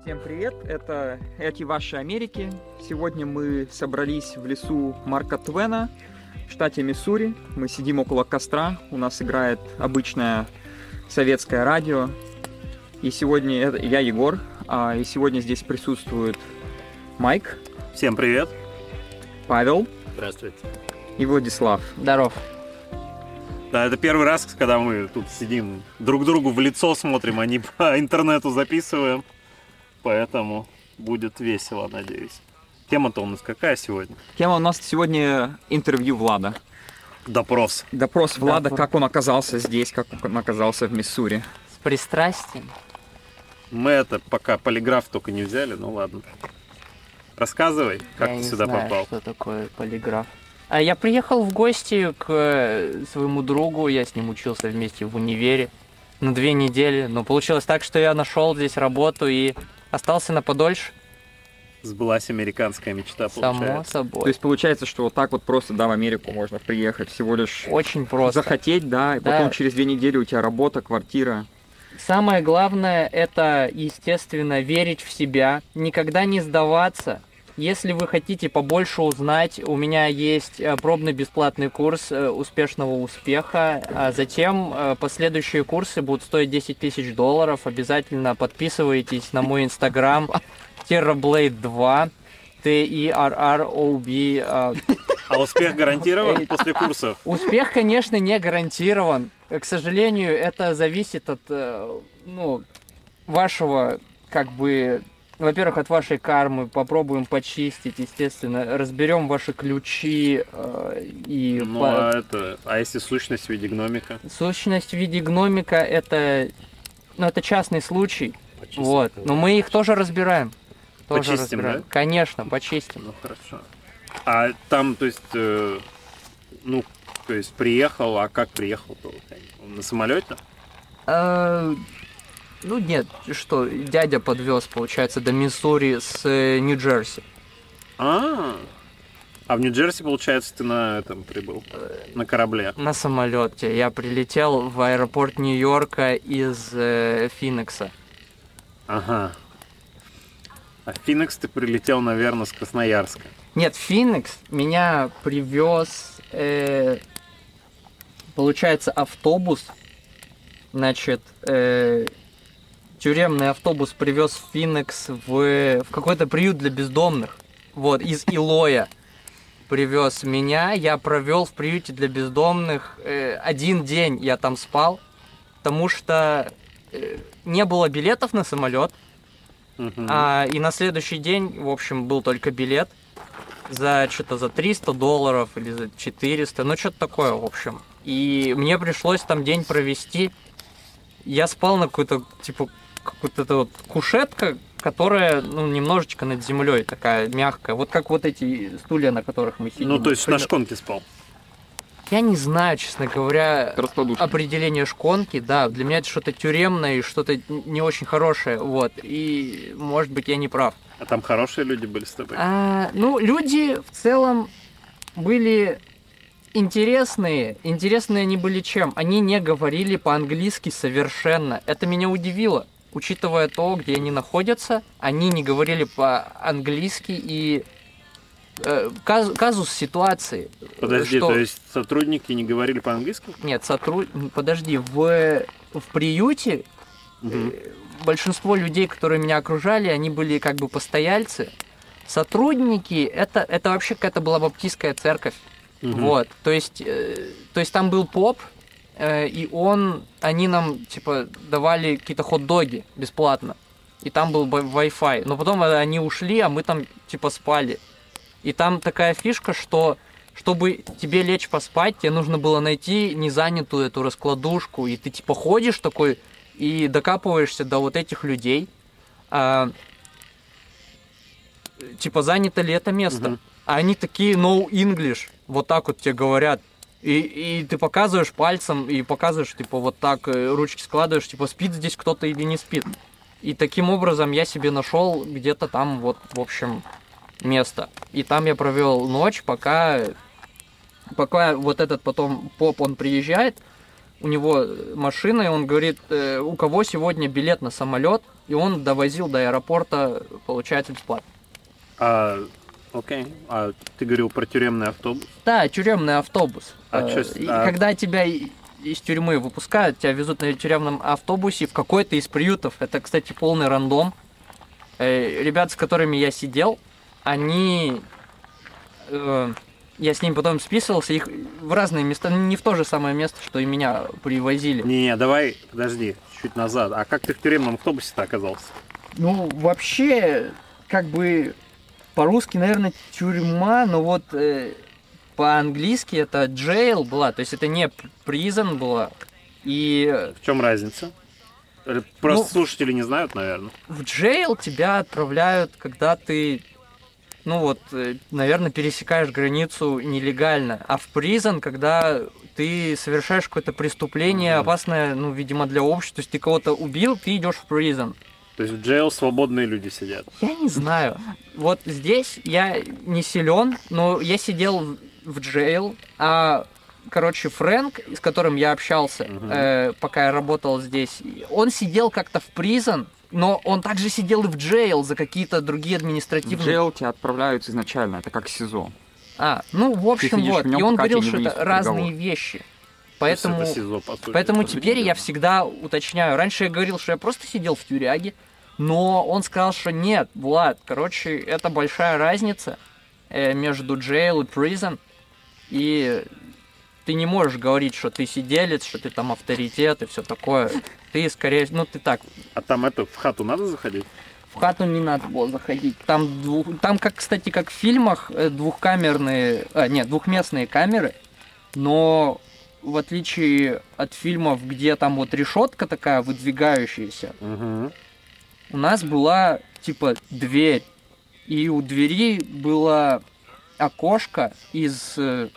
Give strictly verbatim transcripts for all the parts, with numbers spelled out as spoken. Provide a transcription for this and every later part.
Всем привет, это «Эти ваши Америки». Сегодня мы собрались в лесу Марка Твена в штате Миссури. Мы сидим около костра, у нас играет обычное советское радио. И сегодня это я Егор, а и сегодня здесь присутствует Майк. Всем привет. Павел. Здравствуйте. И Владислав. Здоров. Да, это первый раз, когда мы тут сидим, друг другу в лицо смотрим, а не по интернету записываем. Поэтому будет весело, надеюсь. Тема-то у нас какая сегодня? Тема у нас сегодня интервью Влада. Допрос. Допрос Влада, Допрос. как он оказался здесь, как он оказался в Миссури. С пристрастием. Мы это пока полиграф только не взяли, ну ладно. Рассказывай, как Я ты не сюда знаю, попал. что такое полиграф. А я приехал в гости к э, своему другу, я с ним учился вместе в универе на две недели. Но получилось так, что я нашел здесь работу и остался на подольше. Сбылась американская мечта, Само получается. собой. То есть получается, что вот так вот просто, да, в Америку можно приехать, всего лишь Очень просто. захотеть, да, и Да. потом через две недели у тебя работа, квартира. Самое главное, это, естественно, верить в себя, никогда не сдаваться. Если вы хотите побольше узнать, у меня есть э, пробный бесплатный курс э, успешного успеха, а затем э, последующие курсы будут стоить десять тысяч долларов. Обязательно подписывайтесь на мой инстаграм терроблейд два, Т И Р Р О Би. А успех гарантирован после курсов? Успех, конечно, не гарантирован. К сожалению, это зависит от, э, ну, вашего, как бы, во-первых, от вашей кармы. Попробуем почистить, естественно. Разберем ваши ключи э, и... Ну, по- а это... А если сущность в виде гномика? Сущность в виде гномика это, ну, это частный случай. Почистить Вот. надо. Но мы их тоже разбираем. Тоже Почистим, разбираем. да? Конечно, почистим. Ну, хорошо. А там, то есть, э, ну, то есть, приехал, а как приехал-то? На самолете? А, ну нет, что, дядя подвез, получается, до Миссури с э, Нью-Джерси. А, а в Нью-Джерси, получается, ты на этом прибыл, на корабле. На самолете. Я прилетел в аэропорт Нью-Йорка из э, Финикса. Ага. А в Финикс ты прилетел, наверное, с Красноярска. Нет, Финикс меня привез, э, получается, автобус. Значит, э, тюремный автобус привез в Финикс в, в какой-то приют для бездомных. Вот, из Илоя привез меня. Я провел в приюте для бездомных э, один день. Я там спал, потому что э, не было билетов на самолет. Мгм. А, и на следующий день, в общем, был только билет за что-то за триста долларов или за четыреста, ну что-то такое, в общем. И мне пришлось там день провести. Я спал на какой-то, типа, какой-то вот кушетка, которая, ну, немножечко над землей такая мягкая. Вот как вот эти стулья, на которых мы сидим. Ну, то есть, на Примерно. шконке спал. Я не знаю, честно говоря, Раскладушка. определение шконки, да, для меня это что-то тюремное и что-то не очень хорошее, вот, и, может быть, я не прав. А там хорошие люди были с тобой? А, ну, люди в целом были интересные. Интересные они были чем? Они не говорили по-английски совершенно. Это меня удивило. Учитывая то, где они находятся, они не говорили по-английски и э, каз- казус ситуации. Подожди, что- то есть сотрудники не говорили по-английски? Нет, сотруд... подожди, в, в приюте Мгм. э, большинство людей, которые меня окружали, они были как бы постояльцы. Сотрудники, это, это вообще какая-то была баптистская церковь. Мгм. Вот, то есть, э, то есть там был поп, э, и он, они нам, типа, давали какие-то хот-доги бесплатно. И там был бай- Wi-Fi. Но потом э, они ушли, а мы там, типа, спали. И там такая фишка, что чтобы тебе лечь поспать, тебе нужно было найти незанятую эту раскладушку. И ты, типа, ходишь такой и докапываешься до вот этих людей. А, типа, занято ли это место? Мгм. А они такие no English, вот так вот тебе говорят. И, и ты показываешь пальцем, и показываешь, типа, вот так, э, ручки складываешь, типа, спит здесь кто-то или не спит. И таким образом я себе нашел где-то там, вот, в общем, место. И там я провел ночь, пока, пока вот этот потом поп, он приезжает. у него машина, и он говорит, э, у кого сегодня билет на самолет, и он довозил до аэропорта, получается, бесплатно. А, окей. А ты говорил про тюремный автобус? Да, тюремный автобус. А Э, чё с- и а- Когда тебя и- из тюрьмы выпускают, тебя везут на тюремном автобусе в какой-то из приютов. Это, кстати, полный рандом. Э, Ребята, с которыми я сидел, они... э, Я с ними потом списывался, их в разные места, не в то же самое место, что и меня привозили. Не-не, давай, подожди, чуть назад. А как ты в тюремном автобусе-то оказался? Ну, вообще, как бы по-русски, наверное, тюрьма, но вот э, по-английски это jail была, то есть это не prison была. И В чем разница? Или Просто Ну- слушатели не знают, наверное. в jail тебя отправляют, когда ты, ну вот, э, наверное, пересекаешь границу нелегально, а в prison, когда ты совершаешь какое-то преступление Мгм. опасное, ну, видимо, для общества, то есть ты кого-то убил, ты идешь в prison. То есть в джейл свободные люди сидят. Я не знаю. Вот здесь я не силен, но я сидел в- в джейл, а, короче, Фрэнк, с которым я общался, Мгм. э, пока я работал здесь, он сидел как-то в призон, но он также сидел и в джейл за какие-то другие В административные... джейл тебя отправляют изначально, это как СИЗО. А, ну, в общем, сидишь вот. в нём, И он пока говорил, тебе что не это вынесут разные приговор. вещи. То есть Поэтому... это СИЗО, по сути. Поэтому по сути теперь я дела. всегда уточняю. Раньше я говорил, что я просто сидел в тюряге, но он сказал, что нет, Влад, короче, это большая разница э, между jail и prison, и ты не можешь говорить, что ты сиделец, что ты там авторитет и все такое. Ты скорее, ну ты так, А там это, в хату надо заходить? в хату не надо было заходить. Там, двух, там как, кстати, как в фильмах, э, двухкамерные, а, нет, двухместные камеры, но в отличие от фильмов, где там вот решетка такая выдвигающаяся, Угу. у нас была типа дверь, и у двери было окошко из э,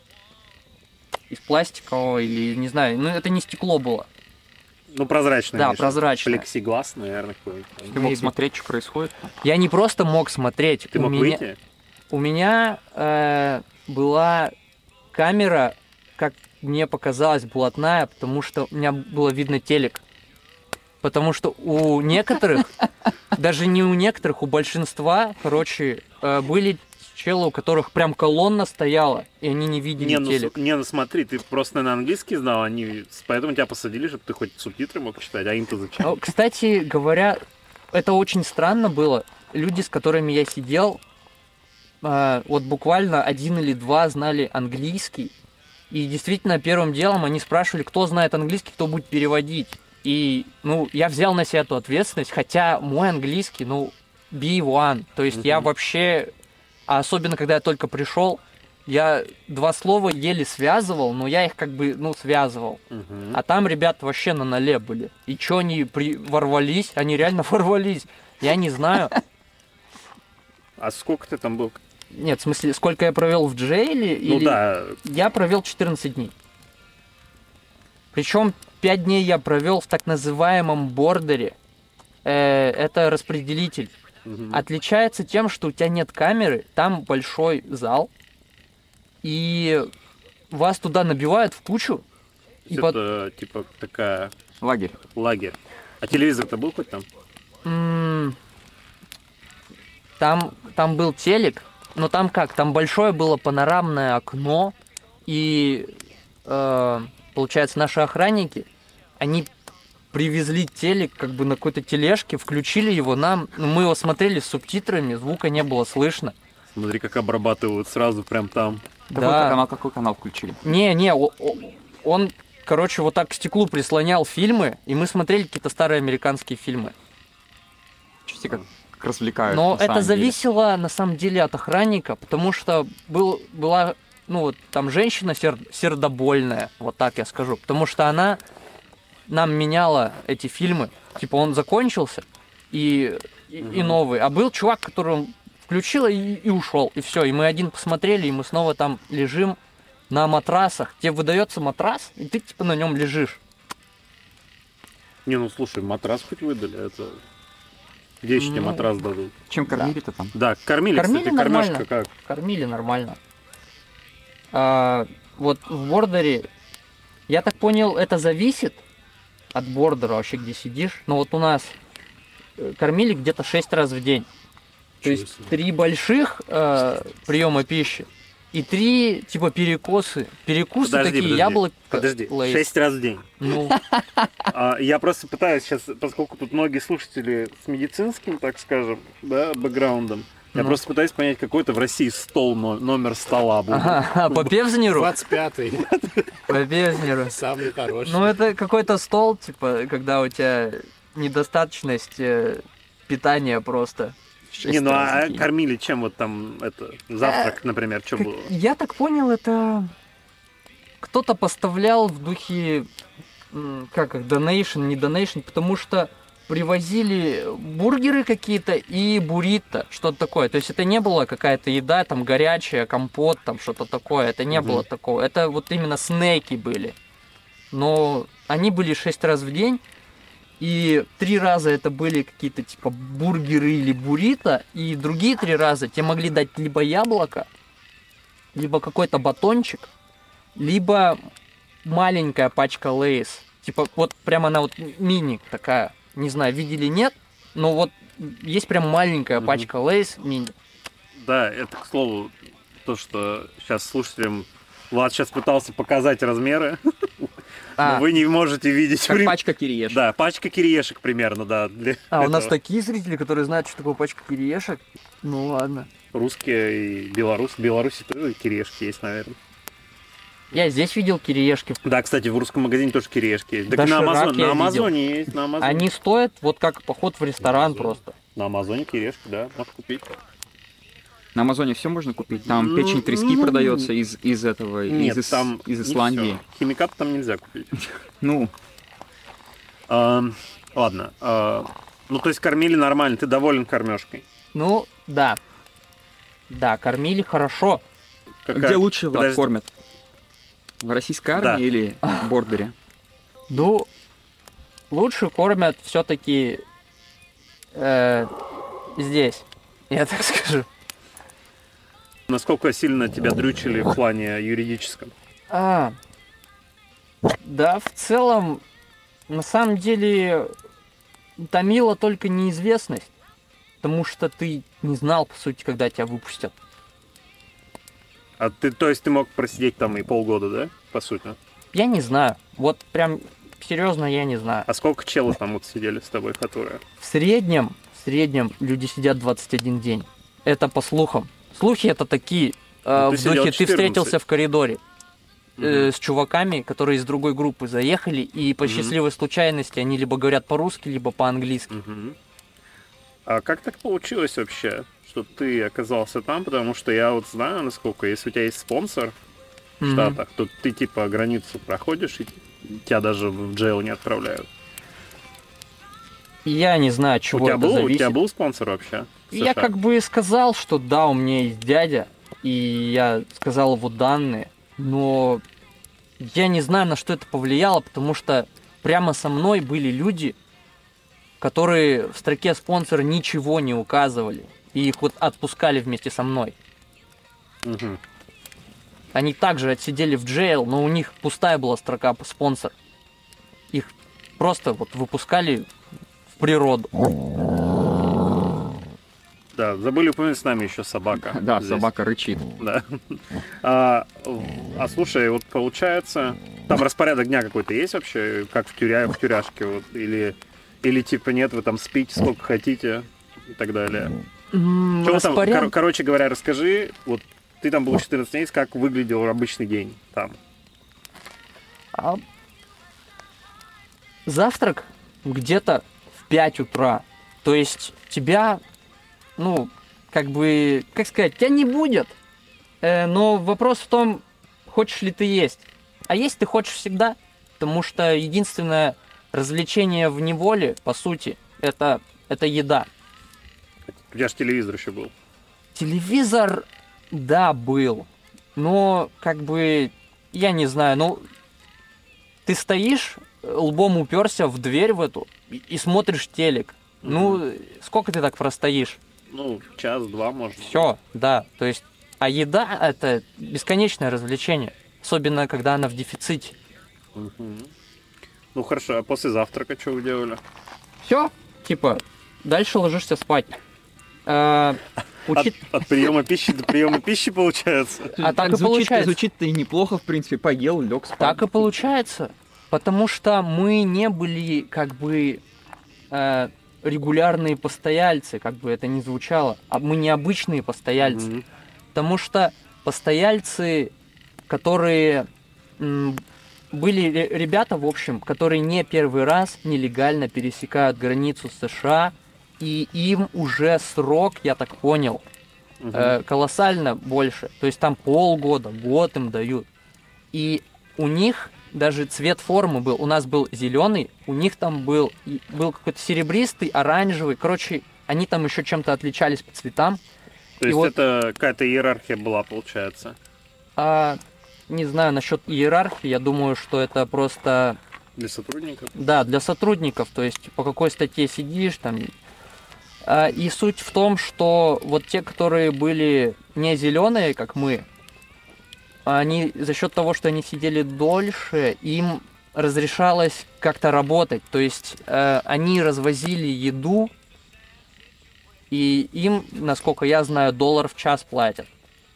из пластикового или не знаю, ну это не стекло было, Ну, прозрачный. да, конечно. прозрачное. Плексиглаз, наверное, какой-нибудь. Ты мог Maybe. смотреть, что происходит? Я не просто мог смотреть, Ты у мог меня, выйти? у меня э, была камера, как мне показалось, блатная, потому что у меня было видно телек. Потому что у некоторых, даже не у некоторых, у большинства, короче, э, были челы, у которых прям колонна стояла, и они не видели Не ну, телек. с- не, ну смотри, ты просто, наверное, английский знал, они, поэтому тебя посадили, чтобы ты хоть субтитры мог читать, а им-то зачем? Ну, кстати говоря, это очень странно было. Люди, с которыми я сидел, э, вот буквально один или два знали английский. И действительно, первым делом они спрашивали, кто знает английский, кто будет переводить. И, ну, я взял на себя эту ответственность, хотя мой английский, ну, би один. То есть я Мгм. вообще, а особенно когда я только пришел, я два слова еле связывал, но я их как бы, ну, связывал. Мгм. А там ребята вообще на нале были. И чё они при... ворвались? Они реально ворвались. Я не знаю. А сколько ты там был? Нет, в смысле, сколько я провел в джейле? Ну или... да, Я провел четырнадцать дней. Причем пять дней я провел в так называемом бордере. Э, это распределитель. мгм. Отличается тем, что у тебя нет камеры, там большой зал, и вас туда набивают в кучу. И пот- это типа такая Лагерь. лагерь. А телевизор-то был хоть там? М, Там, там был телек, но там как? Там большое было панорамное окно, и э, получается наши охранники, они привезли телек как бы на какой-то тележке, включили его нам, ну, мы его смотрели с субтитрами, звука не было слышно. Смотри, как обрабатывают сразу прям там. Какой Да. канал, какой канал включили? Не, не, о- о- он, короче, вот так к стеклу прислонял фильмы, и мы смотрели какие-то старые американские фильмы. Чуть как, как развлекают. Но на это самом деле. зависело на самом деле от охранника, потому что был, была, ну вот там женщина сер- сердобольная, вот так я скажу, потому что она нам меняла эти фильмы, типа он закончился и, и, и Мгм. новый, а был чувак, который он включил и, и ушел, и все, и мы один посмотрели, и мы снова там лежим на матрасах, тебе выдается матрас, и ты типа на нем лежишь. Не, ну слушай, матрас хоть выдали, это... Где еще тебе Ну, матрас дадут? Чем кормили-то там? Да, кормили, Кормили кстати, нормально. кормежка как? Кормили нормально. А, вот в бордере Я так понял, это зависит от бордера вообще, где сидишь. Но вот у нас э, кормили где-то шесть раз в день. То Ничего есть себе. три больших э, приема пищи и три типа перекосы. Перекусы Подожди, такие, подожди, яблоко. Подожди, Лейс. шесть раз в день. Ну, А, я просто пытаюсь сейчас, поскольку тут многие слушатели с медицинским, так скажем, да, бэкграундом, я Ну. просто пытаюсь понять, какой-то в России стол, но- номер стола будет. ага, по Певзнеру? двадцать пятый. По Певзнеру. Самый хороший. Ну, это какой-то стол, типа, когда у тебя недостаточность э, питания просто. Шесть Не, ну раз в а день. кормили чем вот там это завтрак, например, что Как- было? Я так понял, это кто-то поставлял в духе, м, как их, донейшн, не донейшн, потому что привозили бургеры какие-то и буррито, что-то такое. То есть это не было какая-то еда, там горячая, компот, там что-то такое. Это не Мгм. было такого. Это вот именно снеки были. Но они были шесть раз в день. И три раза это были какие-то типа бургеры или буррито, и другие три раза тебе могли дать либо яблоко, либо какой-то батончик, либо маленькая пачка лейс. Типа вот прямо она вот мини такая, не знаю, видели нет, но вот есть прям маленькая Мгм. пачка лейс мини. Да, это, к слову, то, что сейчас слушателям Влад сейчас пытался показать размеры, А, но вы не можете видеть. Как при- пачка кириешек. Да, пачка кириешек примерно, да. Для а у нас этого. такие зрители, которые знают, что такое пачка кириешек. Ну ладно. Русские и белорус. В Беларуси тоже кириешки есть, наверное. Я здесь видел кириешки. Да, кстати, в русском магазине тоже кириешки есть. Так и на, Доширак Амазон, я на Амазоне есть, на Амазоне. Они стоят вот как поход в ресторан Амазон. просто. На Амазоне кириешки, да, можно купить. На Амазоне все можно купить. Там Ну, печень трески ну, продается из, из этого, Нет, из, Ис- там из не Исландии. всё. Химикат там нельзя купить. Ну, Ам, Ладно. а, Ну, то есть кормили нормально, ты доволен кормежкой? Ну, да. Да, кормили хорошо. Какая- где лучше Влад, Подожди. кормят? В российской армии Да. или в бордере? Ну, лучше кормят все-таки здесь, я так скажу. Насколько сильно тебя дрючили в плане юридическом? А, да, в целом, на самом деле, томила только неизвестность, потому что ты не знал, по сути, когда тебя выпустят. А ты, то есть ты мог просидеть там и полгода, да, по сути? Я не знаю, вот прям серьезно я не знаю. А сколько челов там вот сидели с тобой, которые? В среднем, в среднем люди сидят двадцать один день. Это по слухам. Слухи это такие, э, Ну, ты в сидел духе ты четырнадцать. встретился в коридоре э, Мгм. с чуваками, которые из другой группы заехали, и по Мгм. счастливой случайности они либо говорят по-русски, либо по-английски. Мгм. А как так получилось вообще, что ты оказался там? Потому что я вот знаю, насколько, если у тебя есть спонсор в Мгм. Штатах, то ты типа границу проходишь, и тебя даже в джейл не отправляют. И я не знаю, от чего у, тебя это был, у зависит. тебя был спонсор вообще? в Я США? как бы сказал, что да, у меня есть дядя, и я сказал его данные, но я не знаю, на что это повлияло, потому что прямо со мной были люди, которые в строке спонсора ничего не указывали, и их вот отпускали вместе со мной. Мгм. Они также отсидели в джейл, но у них пустая была строка по спонсор. Их просто вот выпускали в природу. Да, забыли упомянуть с нами еще собака. Да, здесь. собака рычит. Да. А, а слушай, вот получается, там распорядок дня какой-то есть вообще, как в, тюря, в тюряшке, вот, или, или типа нет, вы там спите сколько хотите и так далее. М, Чё вы там, распоряд- кор- короче говоря, расскажи, вот ты там был четырнадцать месяцев, как выглядел обычный день там? А завтрак где-то в пять утра. То есть тебя, ну, как бы, как сказать, тебя не будет. Э, но вопрос в том, хочешь ли ты есть. А есть ты хочешь всегда, потому что единственное развлечение в неволе, по сути, это, это еда. У тебя же телевизор еще был. Телевизор, да, был. Но, как бы, я не знаю, ну, ты стоишь, лбом уперся в дверь в эту и, и смотришь телек. Ну, сколько ты так простоишь? Ну, час-два, может. Все, да. То есть, а еда это бесконечное развлечение. Особенно, когда она в дефиците. Мгм. Ну хорошо, а после завтрака что вы делали? Все, типа, дальше ложишься спать. А, От, учит- от приема пищи до приема пищи получается? А так и звучит, получается. Звучит-то и неплохо, в принципе. Поел, лег спать. Так и получается. Потому что мы не были, как бы, э, регулярные постояльцы, как бы это ни звучало. А мы не обычные постояльцы. Мгм. Потому что постояльцы, которые м, были ре- ребята, в общем, которые не первый раз нелегально пересекают границу США, и им уже срок, я так понял, Мгм. э, колоссально больше. То есть там полгода, год им дают. И у них даже цвет формы был. У нас был зеленый, у них там был, и- был какой-то серебристый, оранжевый. Короче, они там еще чем-то отличались по цветам. То и есть вот- это какая-то иерархия была, получается, А, не знаю насчет иерархии, я думаю, что это просто, для сотрудников? да, для сотрудников, то есть по какой статье сидишь там. А, и суть в том, что вот те, которые были не зеленые, как мы, они за счет того, что они сидели дольше, им разрешалось как-то работать. То есть э, они развозили еду, и им, насколько я знаю, доллар в час платят.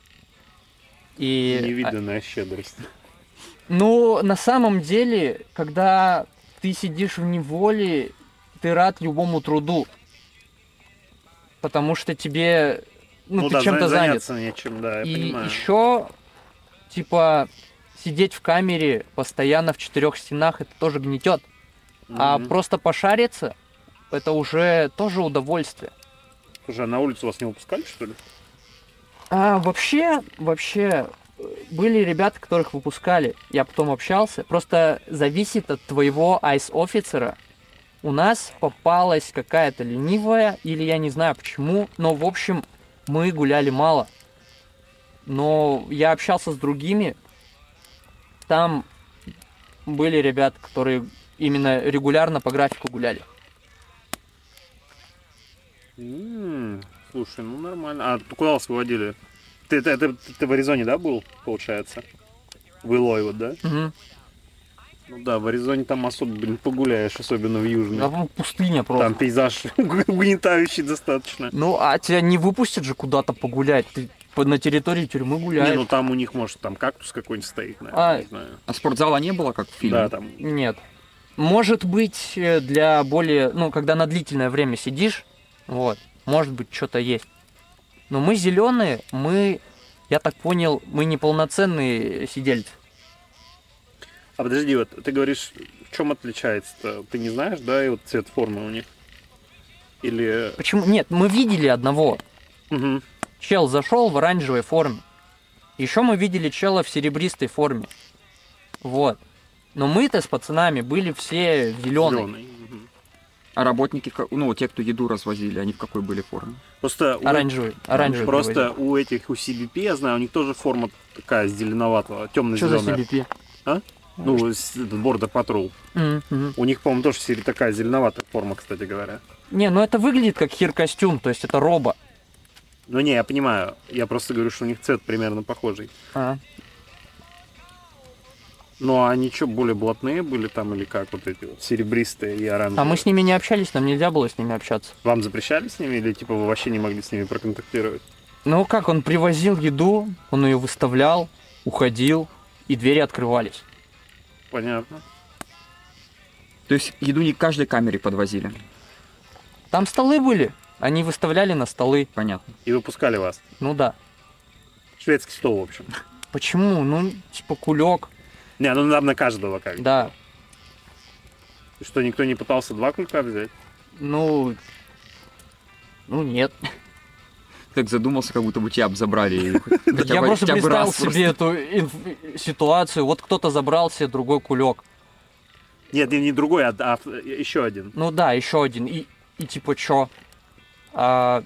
И, Невиданная щедрость. ну, на самом деле, когда ты сидишь в неволе, ты рад любому труду. Потому что тебе, ну, ты да, чем-то за- занят. заняться нечем, да, я И понимаю. еще, типа, сидеть в камере постоянно в четырех стенах, это тоже гнетет. А Мгм. просто пошариться, это уже тоже удовольствие. Слушай, а на улицу вас не выпускали, что ли? А вообще, вообще, э, были ребята, которых выпускали. Я потом общался. Просто зависит от твоего айс-офицера. У нас попалась какая-то ленивая, или я не знаю почему, но, в общем, мы гуляли мало. Но я общался с другими. Там были ребята, которые именно регулярно по графику гуляли. М, Слушай, ну нормально. А куда вас выводили? Ты, ты, ты- ты в Аризоне, да, был, получается? В Илой, вот, да? Мгм. Ну да, в Аризоне там особо, блин, погуляешь, особенно в Южной. А, ну, пустыня просто. Там пейзаж угнетающий достаточно. Ну, а тебя не выпустят же куда-то погулять. Ты по- на территории тюрьмы Не, гуляешь. ну там у них, может, там кактус какой-нибудь стоит, наверное, А, не знаю. А спортзала не было, как в фильме? Да, там. Нет. Может быть, э, для более... Ну, когда на длительное время сидишь, вот, может быть, что-то есть. Но мы зеленые, мы, я так понял, мы неполноценные сидельцы. А подожди, вот ты говоришь, в чем отличается-то? Ты не знаешь, да, и вот цвет формы у них? Или... Почему? Нет, мы видели одного. Мгм. Чел зашел в оранжевой форме. Еще мы видели чела в серебристой форме. Вот. Но мы-то с пацанами были все зеленые. Зелёный. Мгм. А работники, ка- ну, те, кто еду развозили, они в какой были форме? Просто у- Оранжевый. Оранжевый. Просто у этих, у си би пи, я знаю, у них тоже форма такая зеленоватого, Что за темно-зеленая. си би пи? А? Ну, с- этот Border Patrol. Мгм, мгм. У них, по-моему, тоже сери- такая зеленоватая форма, кстати говоря. Не, ну это выглядит как хир-костюм, то есть это робо. Ну не, я понимаю. Я просто говорю, что у них цвет примерно похожий. А. Ну а они что, более блатные были там или как вот эти вот серебристые и оранжевые? А мы с ними не общались, нам нельзя было с ними общаться. Вам запрещали с ними или типа вы вообще не могли с ними проконтактировать? Ну как, он привозил еду, он ее выставлял, уходил, и двери открывались. Понятно. То есть еду не к каждой камере подвозили? Там столы были, они выставляли на столы. Понятно. И выпускали вас. Ну да. Шведский стол, в общем. Почему? Ну, типа кулек, Не, ну нам на каждого как. да. И что, никто не пытался два кулька взять? Ну, ну нет. Так задумался, как будто бы тебя забрали. и хотя Я бы- просто хотя бы представил раз себе эту инф- ситуацию. Вот кто-то забрал себе другой кулек. Нет, не, не другой, а, а еще один. Ну да, еще один. И, и типа чё? А,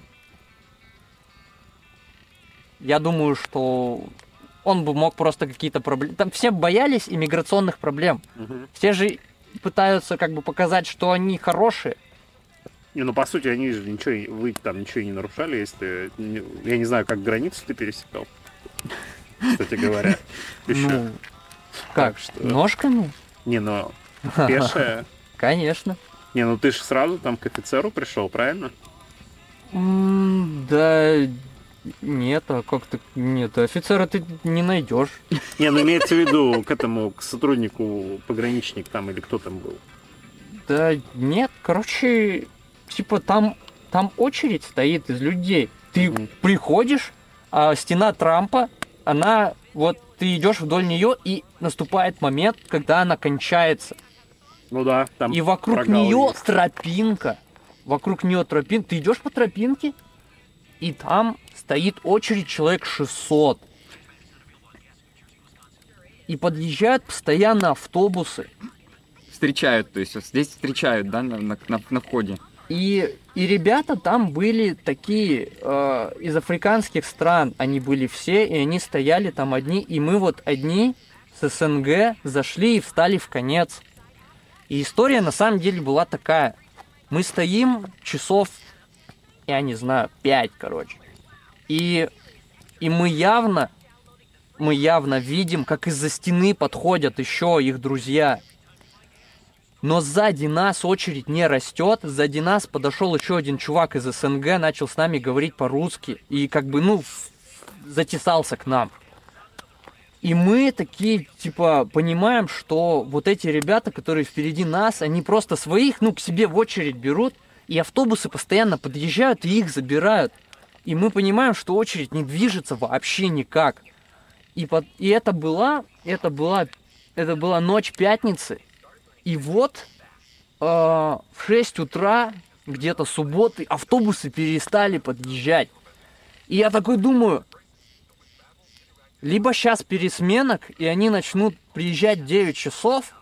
я думаю, что он бы мог просто какие-то проблемы... Там все боялись иммиграционных проблем. Мгм. Все же пытаются как бы показать, что они хорошие. Не, ну по сути они же ничего, и- вы там ничего и не нарушали, если ты, не- я не знаю, как границу ты пересекал, кстати говоря. Еще. Ну, как? Так что- Ножками? Не, ну, пешая. Конечно. Не, ну ты же сразу там к офицеру пришел, правильно? М, Да нет, а как ты... Нет, офицера ты не найдешь. Не, ну имеется в виду к этому, к сотруднику, пограничник там или кто там был. Да нет, короче, типа там, там очередь стоит из людей. Ты Мгм. приходишь, а стена Трампа, она вот ты идешь вдоль нее и наступает момент, когда она кончается. Ну да, там И вокруг прогал нее есть. тропинка. Вокруг нее тропинка. Ты идешь по тропинке, и там стоит очередь человек шестьсот. И подъезжают постоянно автобусы. Встречают, то есть вот здесь встречают, да, на, на, на- на входе. И, и ребята там были такие э, из африканских стран. Они были все, и они стояли там одни. И мы вот одни с СНГ зашли и встали в конец. И история на самом деле была такая. Мы стоим часов, я не знаю, пять, короче. И, и мы явно, мы явно видим, как из-за стены подходят еще их друзья. Но сзади нас очередь не растет. Сзади нас подошел еще один чувак из СНГ, начал с нами говорить по-русски. И как бы, ну, в- затесался к нам. И мы такие, типа, понимаем, что вот эти ребята, которые впереди нас, они просто своих, ну, к себе в очередь берут, и автобусы постоянно подъезжают и их забирают. И мы понимаем, что очередь не движется вообще никак. И, под... и это была, это была, это была ночь пятницы. И вот э, в шесть утра, где-то субботы, автобусы перестали подъезжать. И я такой думаю, либо сейчас пересменок, и они начнут приезжать в девять часов,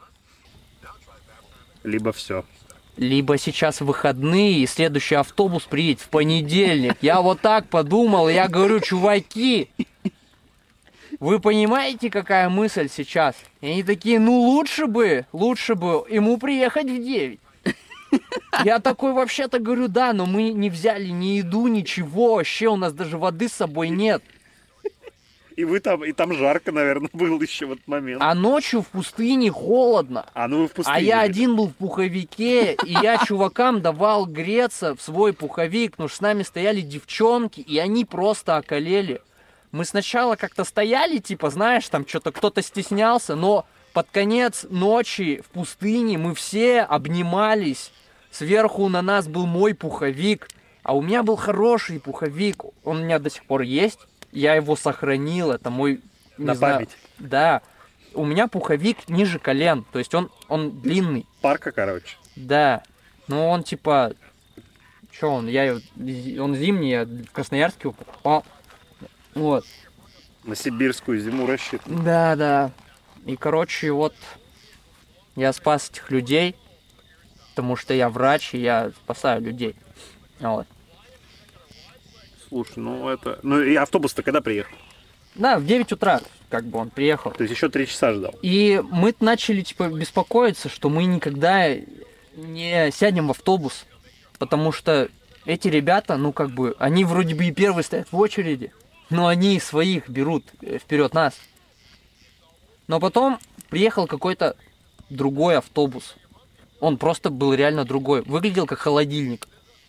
Либо все. либо сейчас выходные, и следующий автобус приедет в понедельник. Я вот так подумал, я говорю, чуваки, вы понимаете, какая мысль сейчас? И они такие, ну лучше бы, лучше бы ему приехать в девять. Я такой, вообще-то говорю, да, но мы не взяли ни еду, ничего, вообще у нас даже воды с собой нет. И вы там, и там жарко, наверное, был еще в этот момент. А ночью в пустыне холодно. А ну вы в пустыне. А я были. один был в пуховике, и я чувакам давал греться в свой пуховик, потому что с нами стояли девчонки, и они просто околели. Мы сначала как-то стояли, типа, знаешь, там что-то кто-то стеснялся, но под конец ночи в пустыне мы все обнимались. Сверху на нас был мой пуховик, а у меня был хороший пуховик, он у меня до сих пор есть, я его сохранил, это мой... не На знаю, память. Да. У меня пуховик ниже колен, то есть он, он длинный. Парка, короче. Да. Ну он типа... Чё он? Я его- Он зимний, я в Красноярске его покупал. Вот. На сибирскую зиму рассчитан. Да, да. И, короче, вот я спас этих людей, потому что я врач, и я спасаю людей. Вот. Слушай, ну это... Ну и автобус-то когда приехал? Да, в девять утра, как бы он приехал. То есть еще три часа ждал. И мы начали, типа, беспокоиться, что мы никогда не сядем в автобус, потому что эти ребята, ну, как бы, они вроде бы и первые стоят в очереди, но они своих берут вперед нас. Но потом приехал какой-то другой автобус. Он просто был реально другой. Выглядел как холодильник.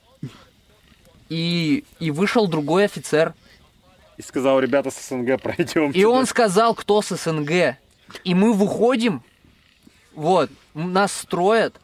И, и вышел другой офицер. И сказал, ребята с СНГ, пройдем. И он сказал, кто с СНГ. И мы выходим, вот, нас строят,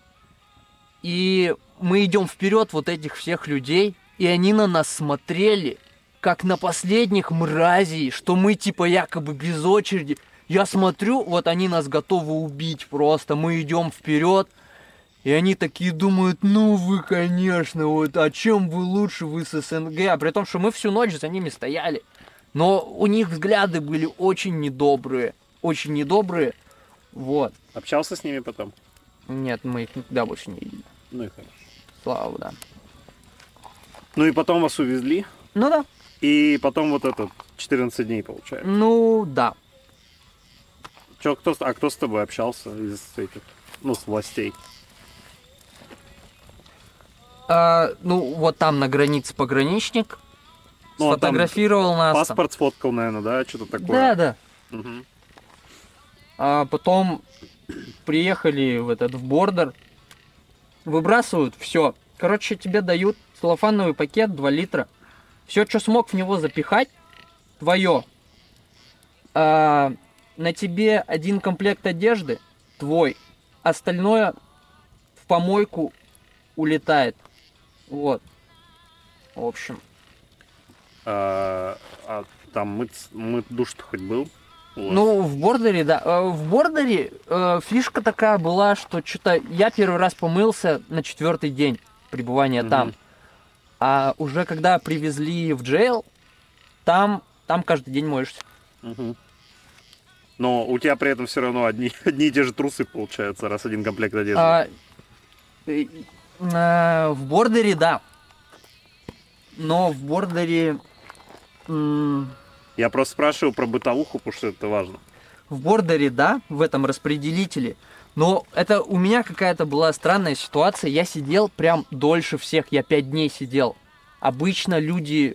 и мы идем вперед вот этих всех людей, и они на нас смотрели, как на последних мразей, что мы типа якобы без очереди. Я смотрю, вот они нас готовы убить просто, мы идем вперед, и они такие думают, ну вы, конечно, вот, а чем вы лучше, вы с СНГ, а при том, что мы всю ночь за ними стояли. Но у них взгляды были очень недобрые, очень недобрые, вот. Общался с ними потом? Нет, мы их никогда больше не видели, Ну и хорошо. слава богу, да. Ну и потом вас увезли. Ну да, И потом вот этот четырнадцать дней получается. ну да. Чё, кто, с- а кто с тобой общался из этих, ну, с властей? А, ну вот там на границе пограничник Ну, он там сфотографировал нас. там. Паспорт сфоткал, наверное, да? Что-то такое. Да, да. Мгм. А потом приехали в этот в бордер, выбрасывают все. Короче, тебе дают целлофановый пакет два литра. Все, что смог в него запихать, твое. А, на тебе один комплект одежды, твой. Остальное в помойку улетает. Вот. В общем. А, а там мыть, мыть душ-то хоть был? у вас? Ну, в бордере, да. Э, В бордере э, фишка такая была, что что-то я первый раз помылся на четвертый день пребывания Мгм. там. А уже когда привезли в джейл, там, там каждый день моешься. Мгм. Но у тебя при этом все равно одни, одни и те же трусы получаются, раз один комплект одежды. А, э, э, в бордере, да. Но в бордере... м, Я просто спрашиваю про бытовуху, потому что это важно. В бордере, да, в этом распределителе. Но это у меня какая-то была странная ситуация. Я сидел прям дольше всех. Я пять дней сидел. Обычно люди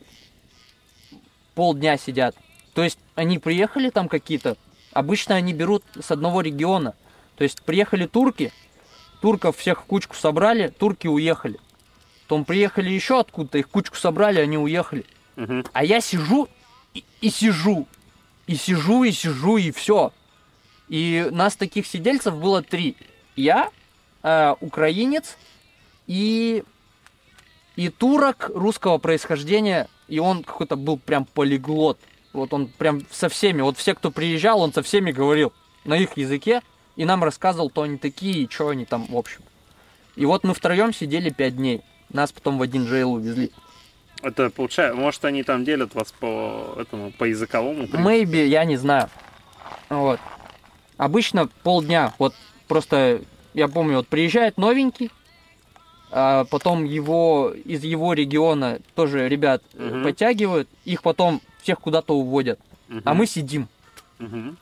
полдня сидят. То есть они приехали там какие-то. Обычно они берут с одного региона. То есть приехали турки. Турков всех в кучку собрали. Турки уехали. Потом приехали еще откуда-то. Их в кучку собрали, они уехали. Мгм. А я сижу и, и сижу. И сижу, и сижу, и все. И нас таких сидельцев было три. Я, э, украинец и, и турок русского происхождения. И он какой-то был прям полиглот. Вот он прям со всеми, вот все, кто приезжал, он со всеми говорил на их языке. И нам рассказывал, кто они такие и что они там, в общем. И вот мы втроем сидели пять дней. Нас потом в один джейл увезли. Это получается, может, они там делят вас по этому, по языковому принципу? Maybe, я не знаю. Вот. Обычно полдня. Вот просто, я помню, вот приезжает новенький, а потом его, из его региона тоже ребят э, Мгм. подтягивают, их потом всех куда-то уводят. Мгм. А мы сидим. Мгм.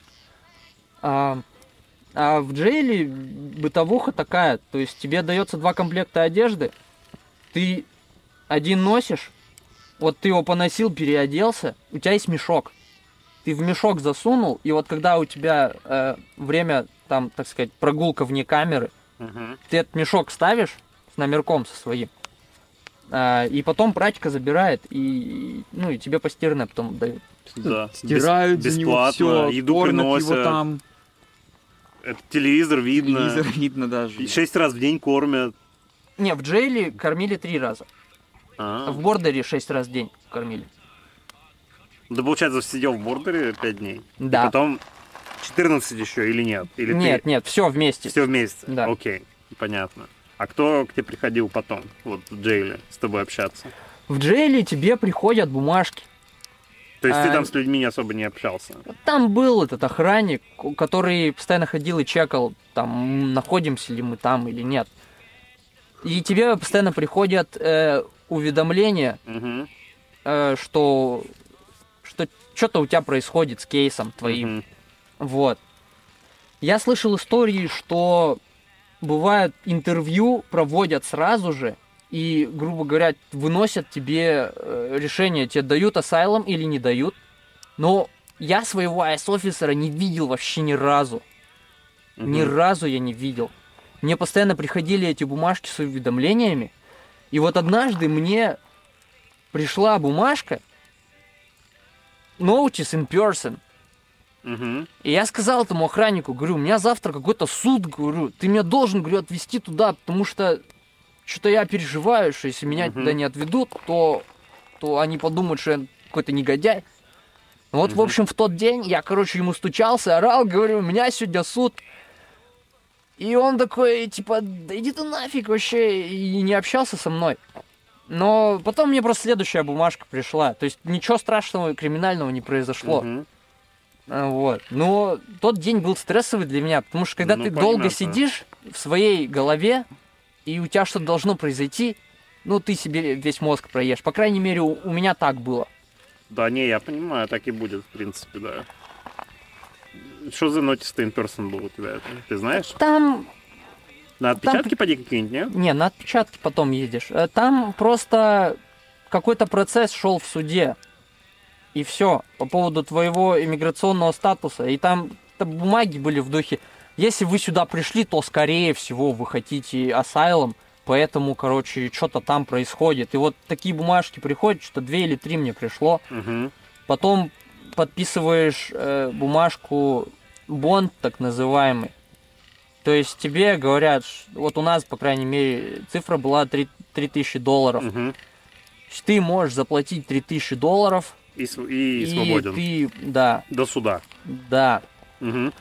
А, а в джейле бытовуха такая, то есть тебе дается два комплекта одежды, ты один носишь, вот ты его поносил, переоделся, у тебя есть мешок. Ты в мешок засунул, и вот когда у тебя э, время, там, так сказать, прогулка вне камеры, Мгм. ты этот мешок ставишь с номерком со своим, а, и потом прачка забирает, и, ну, и тебе постиранное потом дают. Да. Стирают Бес- за него бесплатно, все, еду кормят его приносят. там, Это телевизор видно. телевизор видно даже. И шесть раз в день кормят. Не, в джейле кормили три раза, А. в бордере шесть раз в день кормили. Да, получается, сидел в бордере пять дней. Да. И потом четырнадцать еще или нет? Или Нет, нет, все вместе. Все вместе? Да. Окей, понятно. А кто к тебе приходил потом, вот в джейле, с тобой общаться? В джейле тебе приходят бумажки. То есть ты А, там с людьми не особо не общался? Там был этот охранник, ку- который постоянно ходил и чекал, там, м, находимся ли мы там или нет. И тебе постоянно приходят э, уведомления, Угу. э, что что что-то у тебя происходит с кейсом твоим. Вот. Я слышал истории, что бывает интервью проводят сразу же и, грубо говоря, выносят тебе э, решение, тебе дают асайлом или не дают. Но я своего айс-офисера не видел вообще ни разу. Ни разу я не видел. Мне постоянно приходили эти бумажки с уведомлениями. И вот однажды мне пришла бумажка Notice in person. Угу. И я сказал этому охраннику, говорю, у меня завтра какой-то суд, говорю, ты меня должен, говорю, отвезти туда, потому что что-то я переживаю, что если меня Мгм. туда не отведут, то, то они подумают, что я какой-то негодяй. Ну вот, в Мгм. общем, в тот день я, короче, ему стучался, орал, говорю, у меня сегодня суд. И он такой, типа, да иди ты нафиг вообще, и не общался со мной. Но потом мне просто следующая бумажка пришла. То есть ничего страшного, криминального не произошло. Мгм. А, Вот. Но тот день был стрессовый для меня, потому что когда Ну, ты понятно. долго сидишь в своей голове, и у тебя что-то должно произойти, ну, ты себе весь мозг проешь. По крайней мере, у, у меня так было. Да, не, я понимаю, так и будет, в принципе, да. Что за notice in person был у тебя? Ты знаешь? Там, На отпечатки поди какие-нибудь, нет? не, на отпечатки потом едешь. Э, Там просто какой-то процесс шел в суде. И все, по поводу твоего иммиграционного статуса. И там какие-то бумаги были в духе. Если вы сюда пришли, то, скорее всего, вы хотите асайлом, поэтому, короче, что-то там происходит. И вот такие бумажки приходят, что две или три мне пришло. Угу. Потом подписываешь э, бумажку бонд, так называемый. То есть тебе говорят, вот у нас, по крайней мере, цифра была три тысячи долларов. Угу. Ты можешь заплатить три тысячи долларов. И, и, и свободен. Ты, да. До суда. Да. Угу.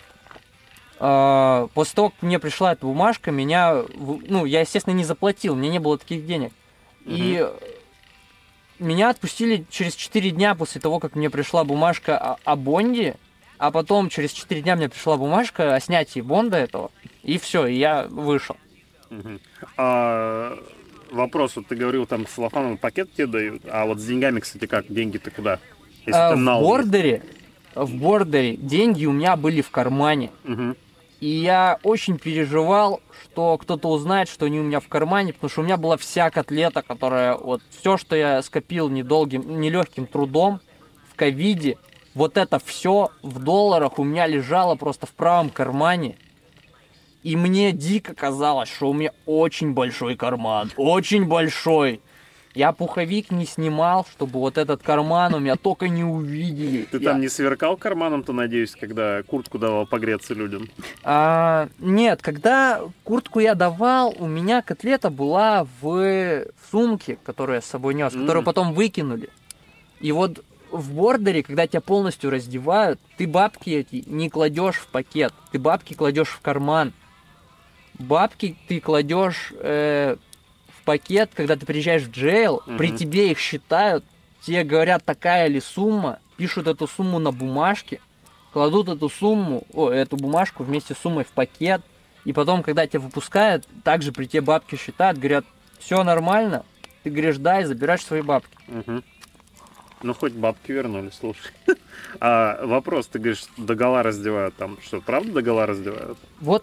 А, после того, как мне пришла эта бумажка, меня, ну, я, естественно, не заплатил, у меня не было таких денег. Угу. И меня отпустили через четыре дня после того, как мне пришла бумажка о, о бонде, а потом через четыре дня мне пришла бумажка о снятии бонда этого, и все, и я вышел. Угу. А, вопрос, вот ты говорил, там целлофановый пакет тебе дают, а вот с деньгами, кстати, как? Деньги-то куда? Если А, ты в бордере, в бордере деньги у меня были в кармане. Угу. И я очень переживал, что кто-то узнает, что они у меня в кармане, потому что у меня была вся котлета, которая вот все, что я скопил недолгим, нелегким трудом в ковиде, вот это все в долларах у меня лежало просто в правом кармане. И мне дико казалось, что у меня очень большой карман, очень большой. Я пуховик не снимал, чтобы вот этот карман у меня только не увидели. Ты я... там не сверкал карманом-то, надеюсь, когда куртку давал погреться людям? А, нет, когда куртку я давал, у меня котлета была в, в сумке, которую я с собой нес, mm. которую потом выкинули. И вот в бордере, когда тебя полностью раздевают, ты бабки эти не кладешь в пакет, ты бабки кладешь в карман. Бабки ты кладешь... Э, пакет, когда ты приезжаешь в джейл, uh-huh. при тебе их считают, тебе говорят, такая ли сумма, пишут эту сумму на бумажке, кладут эту сумму, о, эту бумажку вместе с суммой в пакет, и потом, когда тебя выпускают, также при тебе бабки считают, говорят, все нормально, ты говоришь, да, и забираешь свои бабки. Uh-huh. Ну, хоть бабки вернули, слушай. А вопрос, ты говоришь, догола раздевают там, что, правда догола раздевают? Вот.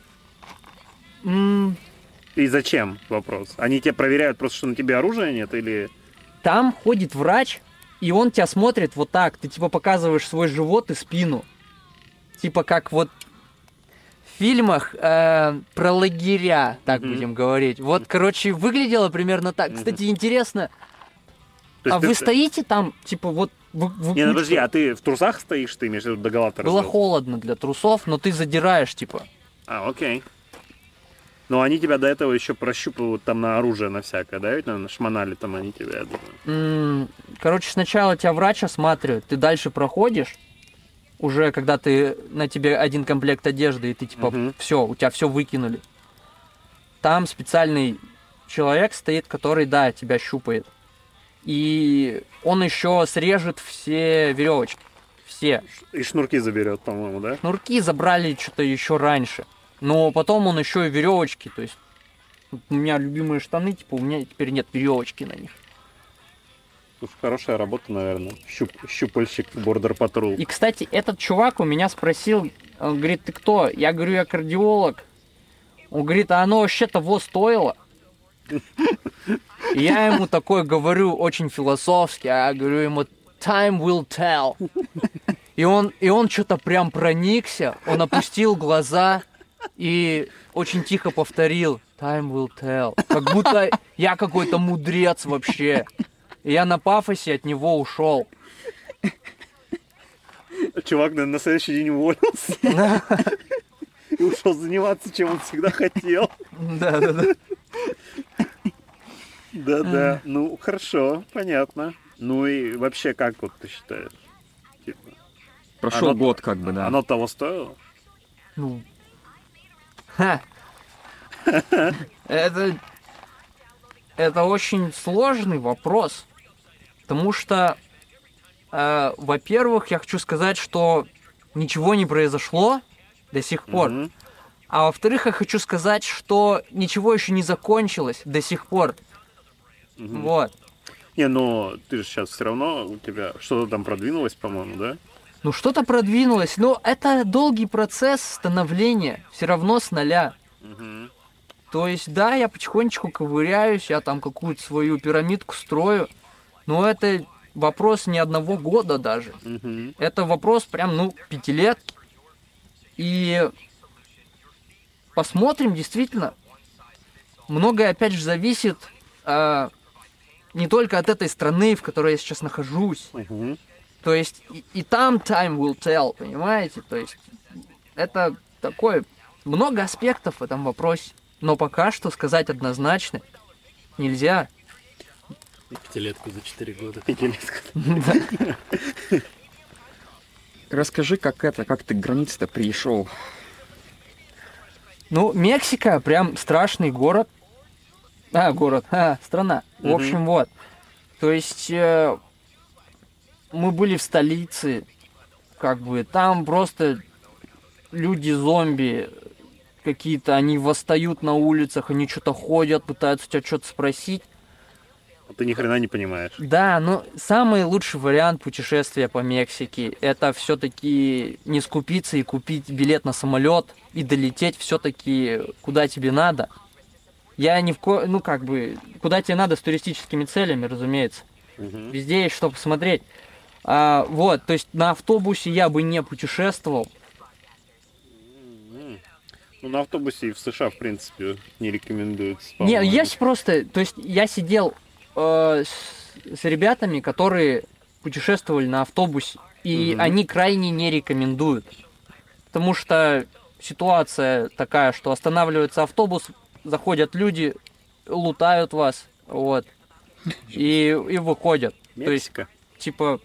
М- И зачем, вопрос? Они тебя проверяют просто, что на тебе оружия нет, или... Там ходит врач, и он тебя смотрит вот так. Ты типа показываешь свой живот и спину. Типа как вот в фильмах э, про лагеря, так mm-hmm. будем говорить. Вот, короче, выглядело примерно так. Mm-hmm. Кстати, интересно, а вы ты... стоите там, типа вот... Вы, вы не, ну подожди, а ты в трусах стоишь, ты имеешь в виду догола-то Было раздел? холодно для трусов, но ты задираешь, типа. А, окей. Но они тебя до этого еще прощупывают там на оружие, на всякое, да? Ведь, наверное, шмонали там они тебя, я думаю. Короче, сначала тебя врач осматривает, ты дальше проходишь, уже когда ты на тебе один комплект одежды, и ты типа, uh-huh. все, у тебя все выкинули. Там специальный человек стоит, который, да, тебя щупает. И он еще срежет все веревочки. Все. И шнурки заберет, по-моему, да? Шнурки забрали что-то еще раньше. Но потом он еще и веревочки, то есть у меня любимые штаны, типа у меня теперь нет веревочки на них. Уж хорошая работа, наверное. Щуп, щупальщик Border Patrol. И, кстати, этот чувак у меня спросил, он говорит, ты кто? Я говорю, я кардиолог. Он говорит, а оно вообще того стоило? И я ему такой говорю, очень философски, а я говорю ему, time will tell. И он, и он что-то прям проникся, он опустил глаза и очень тихо повторил time will tell. Как будто я какой-то мудрец вообще. И я на пафосе от него ушел. Чувак, наверное, на следующий день уволился. И ушел заниматься, чем он всегда хотел. Да-да-да. Да-да. Ну, хорошо, понятно. Ну и вообще, как вот ты считаешь? Типа, Прошел оно, год, как бы, да. Оно того стоило? Ну. Ха. Это... Это очень сложный вопрос. Потому что, э, во-первых, я хочу сказать, что ничего не произошло до сих пор. Mm-hmm. А во-вторых, я хочу сказать, что ничего еще не закончилось до сих пор. Mm-hmm. Вот. Не, ну ты же сейчас все равно, у тебя что-то там продвинулось, по-моему, да? Ну что-то продвинулось, но это долгий процесс становления, все равно с нуля. Угу. То есть, да, я потихонечку ковыряюсь, я там какую-то свою пирамидку строю, но это вопрос не одного года даже. Угу. Это вопрос прям, ну, пятилетки. И посмотрим, действительно. Многое, опять же, зависит э, не только от этой страны, в которой я сейчас нахожусь. Мгм. То есть и, и там time will tell, понимаете? То есть это такое... Много аспектов в этом вопросе. Но пока что сказать однозначно нельзя. Пятилетку за четыре года. Пятилетка. Расскажи, как это, как ты к границе-то пришел? Ну, Мексика прям страшный город. А, город, а, страна. В Мгм. общем, вот. То есть э, мы были в столице, как бы, там просто люди-зомби какие-то, они восстают на улицах, они что-то ходят, пытаются тебя что-то спросить. А ты ни хрена не понимаешь. Да, но самый лучший вариант путешествия по Мексике — это все-таки не скупиться и купить билет на самолет и долететь все-таки куда тебе надо. Я ни в ко... ну как бы, куда тебе надо с туристическими целями, разумеется. Мгм. Везде есть что посмотреть. А, вот, то есть на автобусе я бы не путешествовал. М. Ну, на автобусе и в США, в принципе, не рекомендуется. Не, по-моему. есть просто, то есть я сидел э, с, с ребятами, которые путешествовали на автобусе, и Мгм. они крайне не рекомендуют. Потому что ситуация такая, что останавливается автобус, заходят люди, лутают вас, вот, и, и выходят. То есть, Мексика. типа,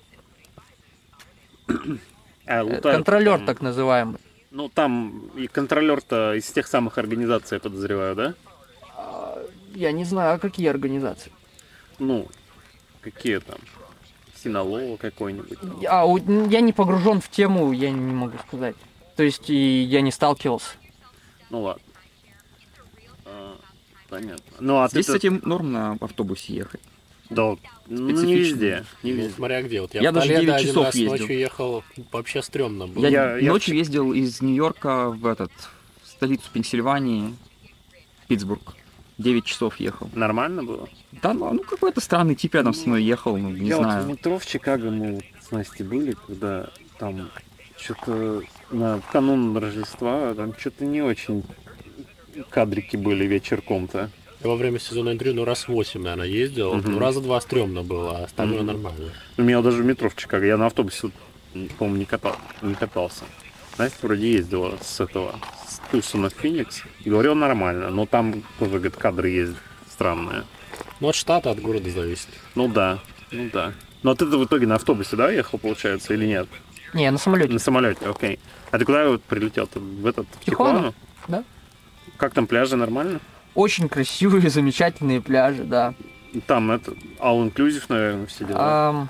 А, э, лутают контролер там. так называемый. Ну, там и контролер-то из тех самых организаций, я подозреваю, да? А, Я не знаю, а какие организации. Ну, какие там? Синалова какой-нибудь. Я, у- я не погружен в тему, я не могу сказать. То есть и я не сталкивался. Ну ладно. А, понятно. Ну, а Здесь, ты... кстати, норм на автобусе ехать. Да, ну, не специфично. везде. Не Ну, везде. смотря где. Вот я, Я в даже Толедо девять один часов раз ездил. ночью ехал, вообще стрёмно было. Я, Я- я ночью вч- ездил из Нью-Йорка в этот в столицу Пенсильвании, Питтсбург. девять часов ехал. Нормально было? Да, ну, ну, какой-то странный тип рядом со мной ехал, ну, не я знаю. вот в метро в Чикаго мы вот с Настей были, когда там что-то на канун Рождества, там что-то не очень кадрики были вечерком-то. Я во время сезона интервью, ну, раз восемь, наверное, ездил. Мгм. Ну, раза два стрёмно было, а остальное Мгм. нормально. У меня даже в метро в Чикаго, я на автобусе, по-моему, не, катал, не катался. Настя вроде ездила с этого, с Тусона в Феникс, и говорила нормально, но там тоже, говорит, кадры есть странные. Ну, от штата, от города зависит. Ну да, ну да. Но ты в итоге на автобусе, да, ехал, получается, или нет? Не, на самолете. На самолете, окей. А ты куда вот прилетел? Ты в этот, в Тихуану. Тихуану? Да. Как там, пляжи нормально? Очень красивые, замечательные пляжи, да. Там это all-inclusive, наверное, все дела. Ам,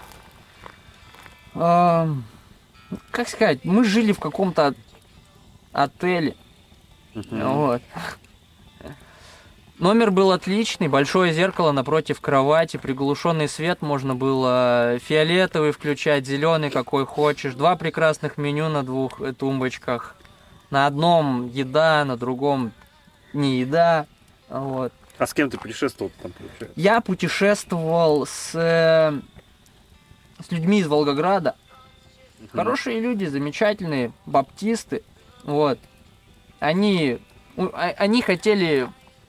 ам, как сказать, мы жили в каком-то отеле. Мгм. Вот. Номер был отличный, большое зеркало напротив кровати, приглушенный свет, можно было фиолетовый включать, зеленый какой хочешь, два прекрасных меню на двух э, тумбочках, на одном еда, на другом не еда, вот. А с кем ты путешествовал там, получается? Я путешествовал с, э, с людьми из Волгограда. Мгм. Хорошие люди, замечательные, баптисты. Вот. Они, у- а- они хотели...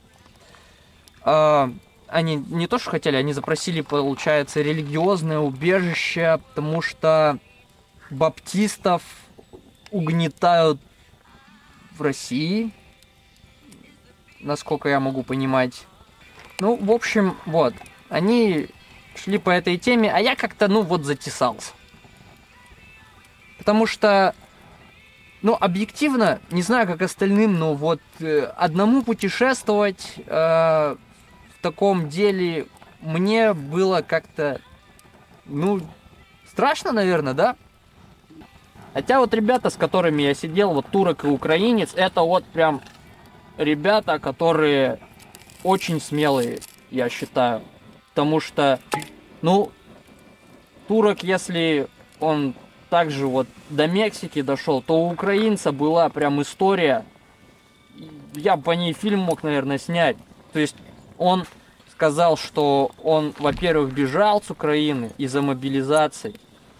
а, они не то, что хотели, они запросили, получается, религиозное убежище, потому что баптистов угнетают в России, насколько я могу понимать. Ну, в общем, вот. Они шли по этой теме, а я как-то, ну, вот затесался. Потому что, ну, объективно, не знаю, как остальным, но вот э, одному путешествовать э, в таком деле мне было как-то, ну, страшно, наверное, да? Хотя вот ребята, с которыми я сидел, вот турок и украинец, это вот прям ребята, которые очень смелые, я считаю. Потому что, ну, турок, если он также вот до Мексики дошел, то у украинца была прям история. Я бы по ней фильм мог, наверное, снять. То есть он сказал, что он, во-первых, бежал с Украины из-за мобилизации.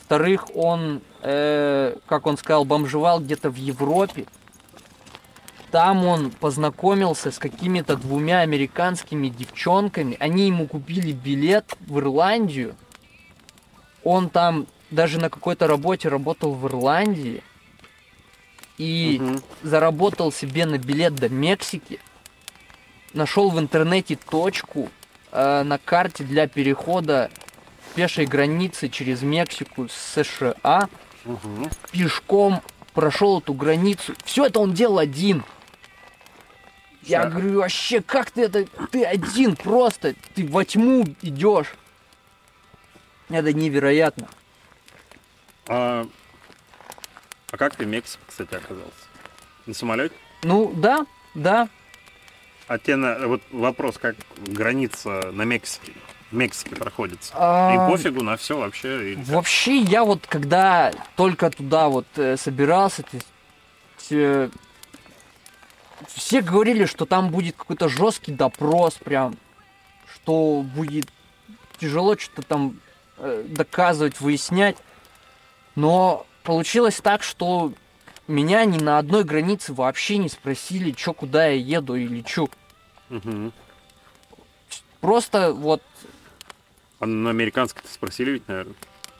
Во-вторых, он, э, как он сказал, бомжевал где-то в Европе. Там он познакомился с какими-то двумя американскими девчонками. Они ему купили билет в Ирландию. Он там даже на какой-то работе работал в Ирландии. И Мгм. заработал себе на билет до Мексики. Нашел в интернете точку э, на карте для перехода пешей границы через Мексику с США. Мгм. Пешком прошел эту границу. Все это он делал один. Я Ша- говорю, вообще, как ты это? Ты один просто, ты во тьму идешь. Это невероятно. А, а как ты в Мексике, кстати, оказался? На самолете? Ну да, да. А тебе на, вот вопрос, как граница на Мексике, в Мексике проходится? А, Им пофигу на все вообще? Или как? Вообще, я вот когда только туда вот э, собирался, то есть, э, все говорили, что там будет какой-то жесткий допрос прям, что будет тяжело что-то там э, доказывать, выяснять. Но получилось так, что меня ни на одной границе вообще не спросили, чё, куда я еду и лечу. Мгм. Просто вот А на американской-то спросили ведь, наверное?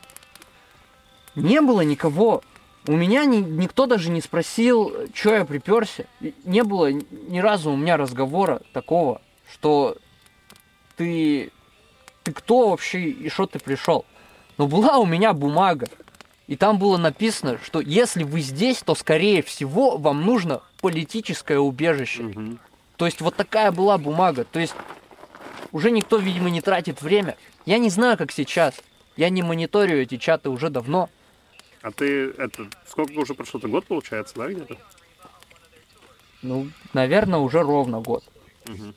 не было никого. У меня ни- никто даже не спросил, чё я приперся. И не было ни ни разу у меня разговора такого, что ты, ты кто вообще и что ты пришел. Но была у меня бумага, и там было написано, что если вы здесь, то скорее всего вам нужно политическое убежище. Мгм. То есть вот такая была бумага. То есть уже никто, видимо, не тратит время. Я не знаю, как сейчас. Я не мониторю эти чаты уже давно. А ты, это, сколько уже прошло-то, год получается, да, где-то? Ну, наверное, уже ровно год. Мгм.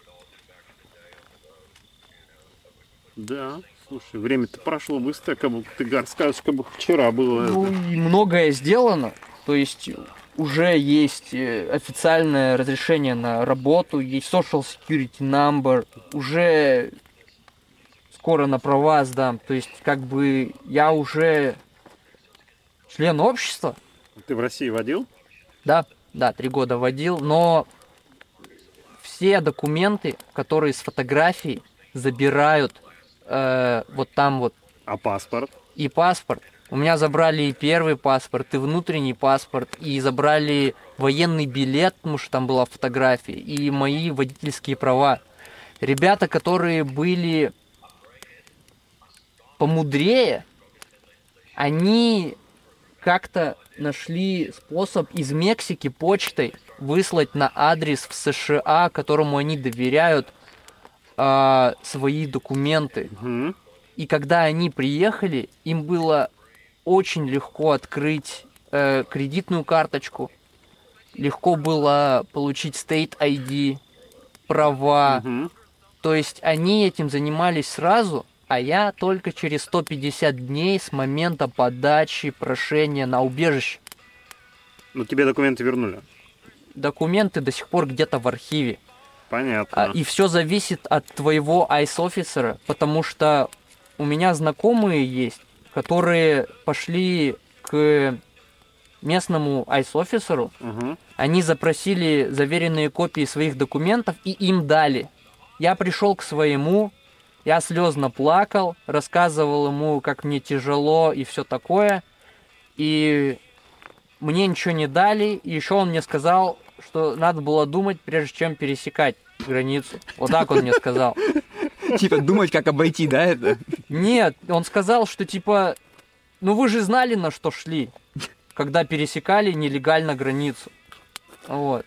Да, слушай, время-то прошло быстро, как будто ты рассказываешь, как будто вчера было. Ну, это. и многое сделано. То есть уже есть э, официальное разрешение на работу, есть social security number, уже скоро на права сдам. То есть как бы я уже член общества. Ты в России водил? Да, да, три года водил, но все документы, которые с фотографией забирают э, вот там вот А паспорт? и паспорт. У меня забрали и первый паспорт, и внутренний паспорт, и забрали военный билет, потому что там была фотография, и мои водительские права. Ребята, которые были помудрее, они как-то нашли способ из Мексики почтой выслать на адрес в США, которому они доверяют, а, свои документы. Мгм. И когда они приехали, им было очень легко открыть э, кредитную карточку, легко было получить State ай ди, права. Мгм. То есть они этим занимались сразу, а я только через сто пятьдесят дней с момента подачи прошения на убежище. Ну, тебе документы вернули. Документы до сих пор где-то в архиве. Понятно. А, и все зависит от твоего айс-офисера, потому что у меня знакомые есть, которые пошли к местному айс-офисеру, Мгм. они запросили заверенные копии своих документов и им дали. Я пришел к своему, я слезно плакал, рассказывал ему, как мне тяжело и все такое, и мне ничего не дали, и еще он мне сказал, что надо было думать, прежде чем пересекать границу. Вот так он мне сказал. Типа думать, как обойти, да, это? Нет, он сказал, что типа, ну вы же знали, на что шли, когда пересекали нелегально границу. Вот.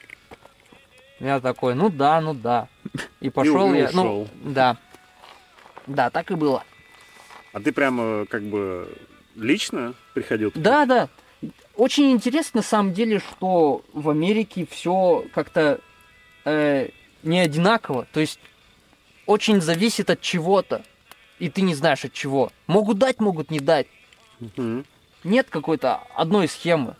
Я такой, ну да, ну да. И пошел и я. Ну, ушел. да. Да, так и было. А ты прямо как бы лично приходил? туда? Да, да. Очень интересно на самом деле, что в Америке все как-то э, не одинаково. То есть очень зависит от чего-то. И ты не знаешь от чего. Могут дать, могут не дать. Мгм. Нет какой-то одной схемы.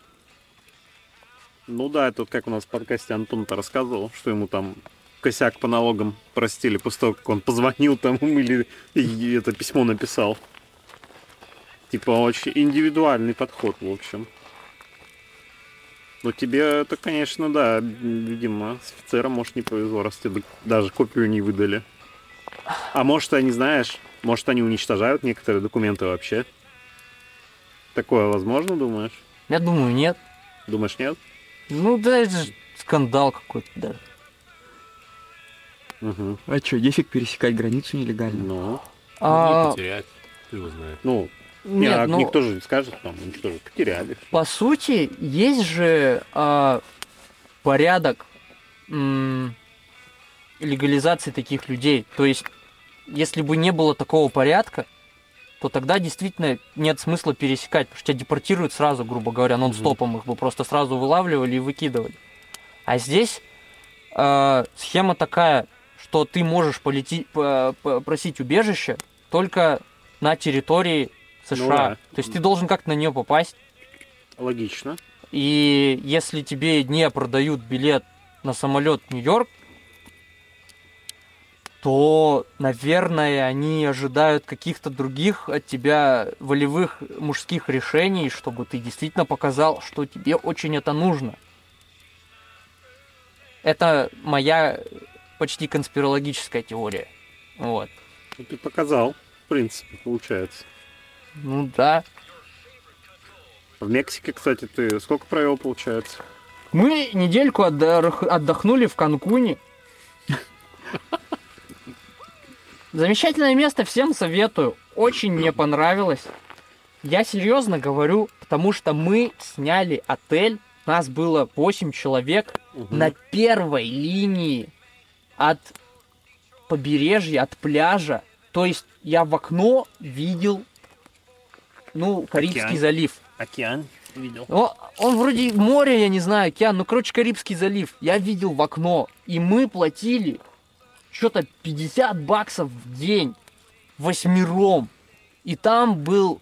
Ну да, это вот как у нас в подкасте Антон-то рассказывал, что ему там косяк по налогам простили после того, как он позвонил там или и это письмо написал. Типа очень индивидуальный подход, в общем. Но тебе это, конечно, да, видимо, с офицером, может, не повезло, раз тебе даже копию не выдали. А может, они, знаешь, может, они уничтожают некоторые документы вообще? Такое возможно, думаешь? Я думаю, нет. Думаешь, нет? Ну да, это же скандал какой-то даже. Угу. А что, дефиг пересекать границу нелегально? Ну, А, Не потерять. Кто его знает. ну, нет, не, а ну, никто же не скажет, там, уничтожить, потеряли. по сути, есть же а, порядок м, легализации таких людей. То есть, если бы не было такого порядка, то тогда действительно нет смысла пересекать, потому что тебя депортируют сразу, грубо говоря, нон-стопом, их бы просто сразу вылавливали и выкидывали. А здесь э, схема такая, что ты можешь полети, по- по- просить убежище только на территории США. Ну да. То есть ты должен как-то на нее попасть. Логично. И если тебе не продают билет на самолет в Нью-Йорк, то, наверное, они ожидают каких-то других от тебя волевых мужских решений, чтобы ты действительно показал, что тебе очень это нужно. Это моя почти конспирологическая теория. Вот. Ну, ты показал, в принципе, получается. Ну да. В Мексике, кстати, ты сколько провел, получается? Мы недельку отдох- отдохнули в Канкуне. Замечательное место, всем советую. Очень мне понравилось. Я серьезно говорю, потому что мы сняли отель. Нас было восемь человек Угу. на первой линии от побережья, от пляжа. То есть я в окно видел, ну, Карибский Океан. залив. Океан видел. О, он вроде море, я не знаю, океан, ну, короче, Карибский залив. Я видел в окно, и мы платили что-то пятьдесят баксов в день восьмером. И там был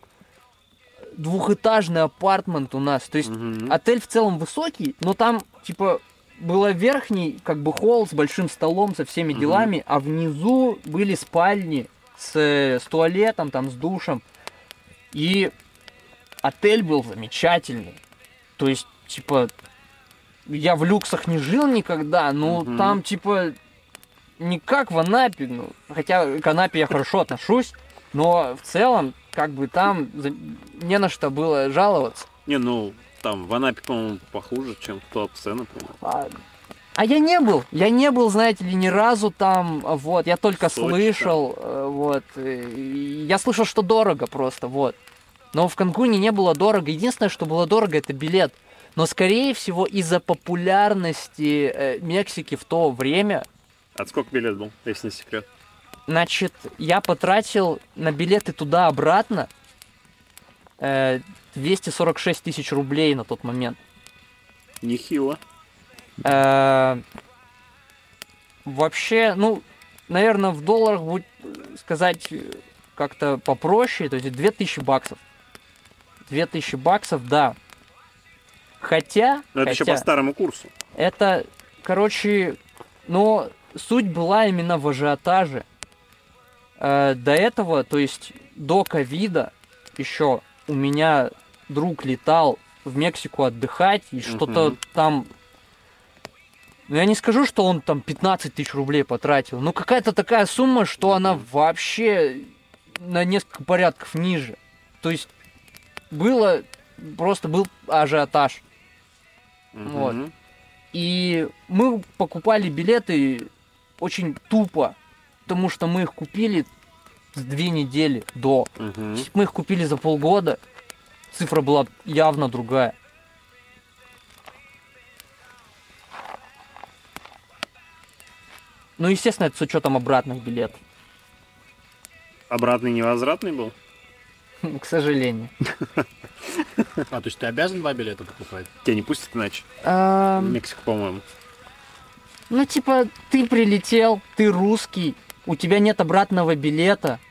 двухэтажный апартмент у нас. То есть Мгм. отель в целом высокий, но там, типа, было верхний, как бы, холл с большим столом, со всеми Мгм. делами, а внизу были спальни с, э, с туалетом, там, с душем. И отель был замечательный. То есть, типа, я в люксах не жил никогда, но Мгм. там, типа, не как в Анапе, ну, хотя к Анапе я хорошо отношусь, но в целом, как бы, там за- не на что было жаловаться. Не, ну, там в Анапе, по-моему, похуже, чем в Туапсе, например. А, а я не был, я не был, знаете ли, ни разу там, вот, я только Сочи, слышал, э, вот, э, и я слышал, что дорого просто, вот. Но в Канкуне не было дорого, единственное, что было дорого, это билет. Но, скорее всего, из-за популярности э, Мексики в то время, А сколько билет был, если не секрет? значит, я потратил на билеты туда-обратно э, двести сорок шесть тысяч рублей на тот момент. Нехило. Э, Вообще, ну, наверное, в долларах будет сказать э, как-то попроще, то есть две тысячи баксов. две тысячи баксов, да. Хотя, Но это еще хотя по старому курсу. это, короче, но суть была именно в ажиотаже. Э, до этого, то есть до ковида еще у меня друг летал в Мексику отдыхать, и что-то Мгм. там... Ну, я не скажу, что он там пятнадцать тысяч рублей потратил, но какая-то такая сумма, что она вообще на несколько порядков ниже. То есть было... Просто был ажиотаж. Вот. Мгм. И мы покупали билеты очень тупо, потому что мы их купили с две недели до. Мгм. Если бы мы их купили за полгода, цифра была явно другая. Ну, естественно, это с учетом обратных билетов, Обратный невозвратный был? к сожалению. А, то есть ты обязан два билета покупать? Тебя не пустят иначе. В Ам, Мексику, по-моему. Ну, типа, ты прилетел, ты русский, у тебя нет обратного билета,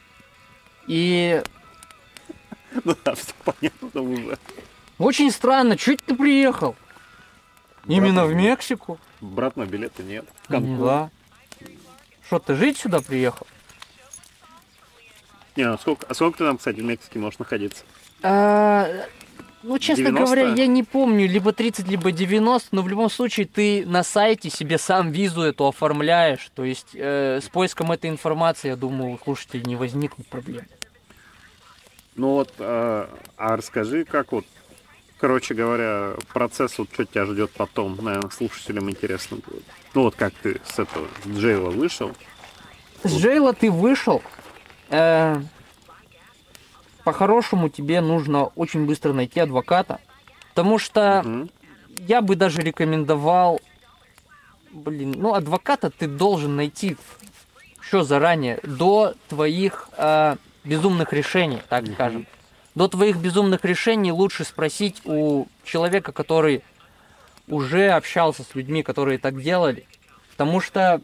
и Ну да, все понятно уже. очень странно, чё это ты приехал? Именно в Мексику? Обратного билета нет. В Канкун. Да. Что, ты жить сюда приехал? Не, ну сколько, а сколько ты там, кстати, в Мексике можешь находиться? А, ну, честно девяносто? говоря, я не помню, либо тридцать, либо девяносто, но в любом случае ты на сайте себе сам визу эту оформляешь. То есть э, с поиском этой информации, я думаю, у слушателей не возникнут проблем. Ну вот, а, а расскажи, как вот, короче говоря, процесс, вот что тебя ждет потом, наверное, слушателям интересно будет. Ну вот как ты с этого, с джейла вышел? С джейла ты вышел. Э, по-хорошему тебе нужно очень быстро найти адвоката. Потому что Мгм. я бы даже рекомендовал... Блин, ну адвоката ты должен найти еще заранее, до твоих э, безумных решений, так Мгм. скажем. До твоих безумных решений лучше спросить у человека, который уже общался с людьми, которые так делали. Потому что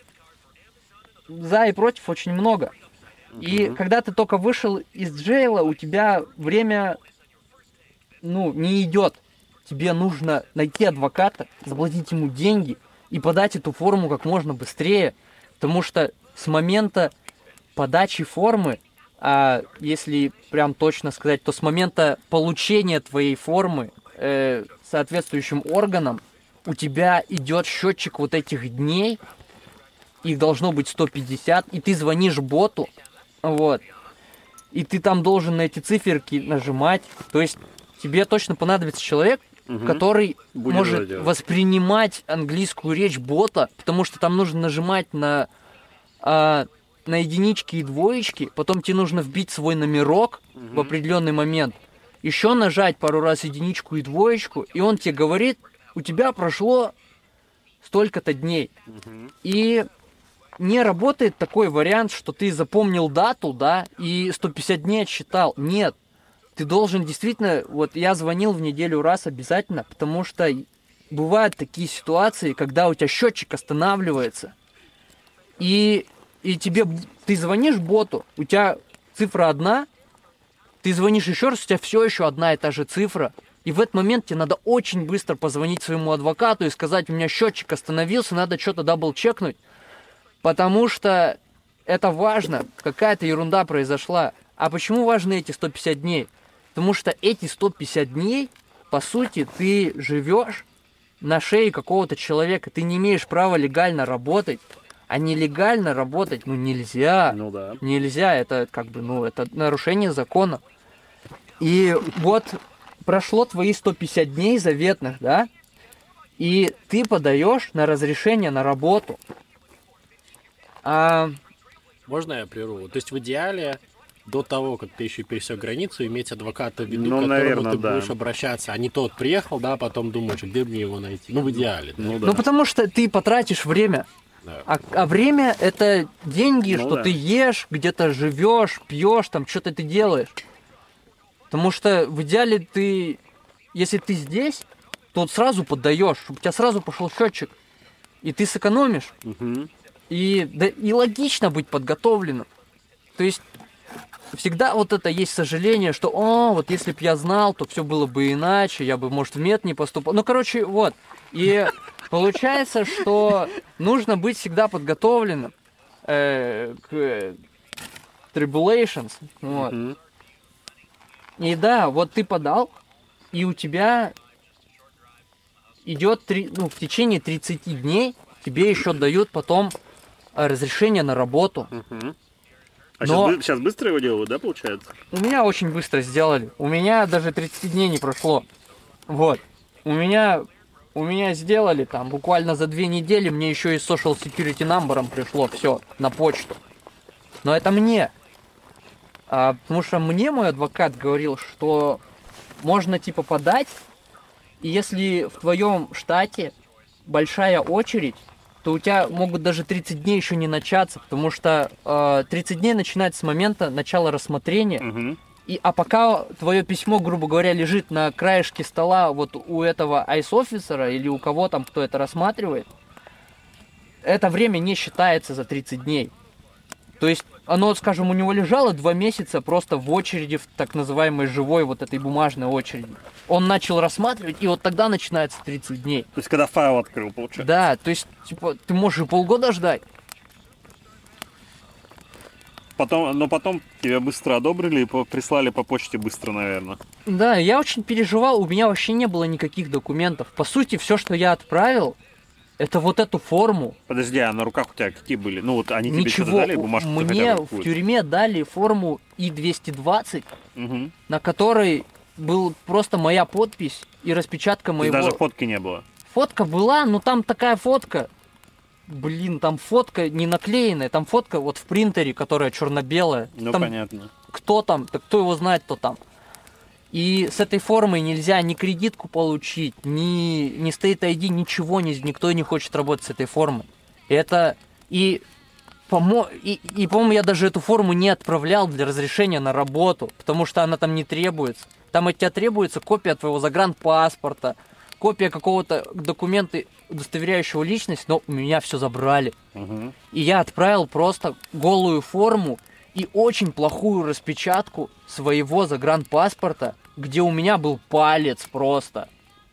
за и против очень много. И Мгм. когда ты только вышел из джейла, у тебя время, ну, не идет. Тебе нужно найти адвоката, заплатить ему деньги и подать эту форму как можно быстрее. Потому что с момента подачи формы, а если прям точно сказать, то с момента получения твоей формы э, соответствующим органам, у тебя идет счетчик вот этих дней, их должно быть сто пятьдесят, и ты звонишь боту, вот, и ты там должен на эти циферки нажимать, то есть тебе точно понадобится человек, Мгм. который Будет это может делать. воспринимать английскую речь бота, потому что там нужно нажимать на, а, на единички и двоечки, потом тебе нужно вбить свой номерок в определенный момент, еще нажать пару раз единичку и двоечку, и он тебе говорит, у тебя прошло столько-то дней. Мгм. И не работает такой вариант, что ты запомнил дату, да, и сто пятьдесят дней отсчитал. Нет. Ты должен действительно... Вот я звонил в неделю раз обязательно, потому что бывают такие ситуации, когда у тебя счетчик останавливается, и, и тебе... Ты звонишь боту, у тебя цифра одна, ты звонишь еще раз, у тебя все еще одна и та же цифра, и в этот момент тебе надо очень быстро позвонить своему адвокату и сказать, у меня счетчик остановился, надо что-то дабл-чекнуть, потому что это важно, какая-то ерунда произошла. А почему важны эти сто пятьдесят дней? Потому что эти сто пятьдесят дней, по сути, ты живешь на шее какого-то человека, ты не имеешь права легально работать, а нелегально работать, ну, нельзя. Ну да. Нельзя, это как бы, ну, это нарушение закона. И вот прошло твои сто пятьдесят дней заветных, да, и ты подаешь на разрешение на работу. А, Можно я прерву? То есть в идеале до того, как ты еще пересек границу, иметь адвоката в виду, Ну, к которому наверно, ты да. будешь обращаться, а не тот приехал, да, потом думаешь, где мне его найти. Ну, в идеале. Да. Ну да. ну, потому что ты потратишь время. Да. А, а время это деньги, Ну что да. ты ешь, где-то живешь, пьешь, там что-то ты делаешь. Потому что в идеале ты, если ты здесь, то вот сразу поддаешь, чтобы у тебя сразу пошел счетчик, и ты сэкономишь. Мгм. И, да, и логично быть подготовленным. То есть всегда вот это есть сожаление, что, о, вот если бы я знал, то все было бы иначе, я бы, может, в мед не поступал. Ну, короче, вот. И получается, что нужно быть всегда подготовленным э, к э, tribulations. Вот. Мгм. И да, вот ты подал, и у тебя идет, три, ну, в течение тридцати дней тебе еще дают потом э, разрешение на работу. Мгм. А Но- сейчас, быстро его делают, да, получается? У меня очень быстро сделали. У меня даже тридцать дней не прошло. Вот. У меня, у меня сделали там буквально за две недели, мне еще и с social security number пришло все на почту. Но это мне. А, потому что мне мой адвокат говорил, что можно типа подать, и если в твоем штате большая очередь, то у тебя могут даже тридцать дней еще не начаться, потому что э, тридцать дней начинается с момента начала рассмотрения. Мгм. И, а пока твое письмо, грубо говоря, лежит на краешке стола вот у этого айс-офисера или у кого там, кто это рассматривает, это время не считается за тридцать дней. То есть оно, скажем, у него лежало два месяца просто в очереди, в так называемой живой вот этой бумажной очереди. Он начал рассматривать, и вот тогда начинается тридцать дней. То есть, когда файл открыл, получается. Да, то есть, типа, ты можешь и полгода ждать. потом, но потом тебя быстро одобрили и по- прислали по почте быстро, наверное. Да, я очень переживал, у меня вообще не было никаких документов. По сути, все, что я отправил, это вот эту форму. Подожди, а на руках у тебя какие были? Ну вот они тебе что-то Ничего, дали, бумажку мне хотя бы в какую-то? тюрьме дали форму И двести двадцать, Мгм. на которой был просто моя подпись и распечатка То есть моего... даже фотки не было. Фотка была, но там такая фотка. Блин, там фотка не наклеенная, там фотка вот в принтере, которая черно-белая. Ну Там понятно. кто там, да кто его знает, кто там. И с этой формой нельзя ни кредитку получить, ни, ни State ай ди, ничего, ни, никто не хочет работать с этой формой. Это и, помо, и, и, по-моему, я даже эту форму не отправлял для разрешения на работу, потому что она там не требуется. Там от тебя требуется копия твоего загранпаспорта, копия какого-то документа, удостоверяющего личность, но у меня все забрали. Мгм. И я отправил просто голую форму и очень плохую распечатку своего загранпаспорта, где у меня был палец просто.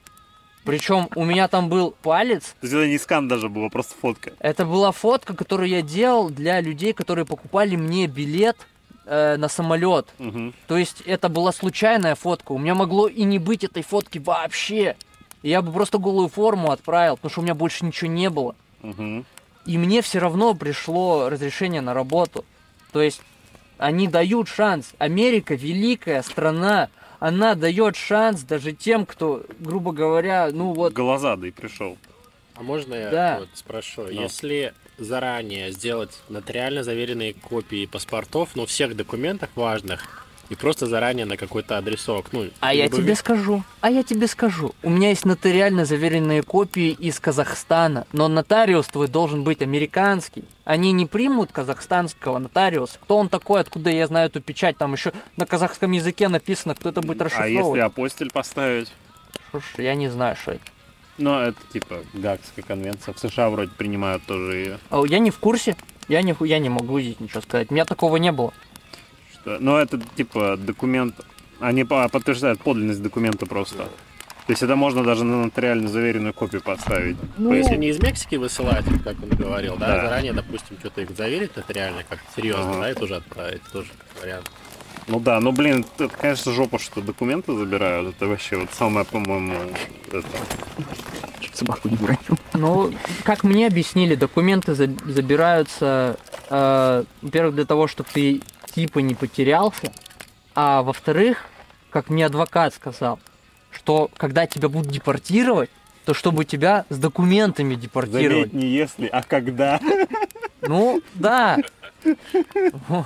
Причем у меня там был палец. То есть это не скан даже был, а просто фотка. Это была фотка, которую я делал для людей, которые покупали мне билет э, на самолет. Мгм. То есть это была случайная фотка. У меня могло и не быть этой фотки вообще. И я бы просто голую форму отправил, потому что у меня больше ничего не было. Мгм. И мне все равно пришло разрешение на работу. То есть они дают шанс. Америка великая страна. Она дает шанс даже тем, кто, грубо говоря, ну вот... Голозадый пришел. А можно я Да. вот спрошу? Ну. Если заранее сделать нотариально заверенные копии паспортов, ну, всех документов важных, и просто заранее на какой-то адресок, ну... А я либо тебе ви- скажу, а я тебе скажу. У меня есть нотариально заверенные копии из Казахстана, но нотариус твой должен быть американский. Они не примут казахстанского нотариуса. Кто он такой, откуда я знаю эту печать? Там еще на казахском языке написано, кто это будет А если расшифровывать. апостиль поставить? Что ж, я не знаю, что это. Ну, это типа Гаагская конвенция. В США вроде принимают тоже ее. А я не в курсе. Я не, ху- я не могу здесь ничего сказать. У меня такого не было. Что... Но это типа документ... Они по- подтверждают подлинность документа просто. То есть это можно даже на нотариально заверенную копию поставить. Ну, Если не из Мексики высылать, как он говорил, да, Да. заранее, допустим, что-то их заверить нотариально, как серьезно, Ага. да, и тоже отправить, тоже как вариант. Ну да, ну блин, это, конечно, жопа, что документы забирают. Это вообще вот самое, по-моему, это... Чуть собаку не уронил. Ну, как мне объяснили, документы за- забираются, э, во-первых, для того, чтобы ты типа не потерялся, а во-вторых, как мне адвокат сказал, что когда тебя будут депортировать, то чтобы тебя с документами депортировать. Заметь не если, а когда. Ну, да. Вот.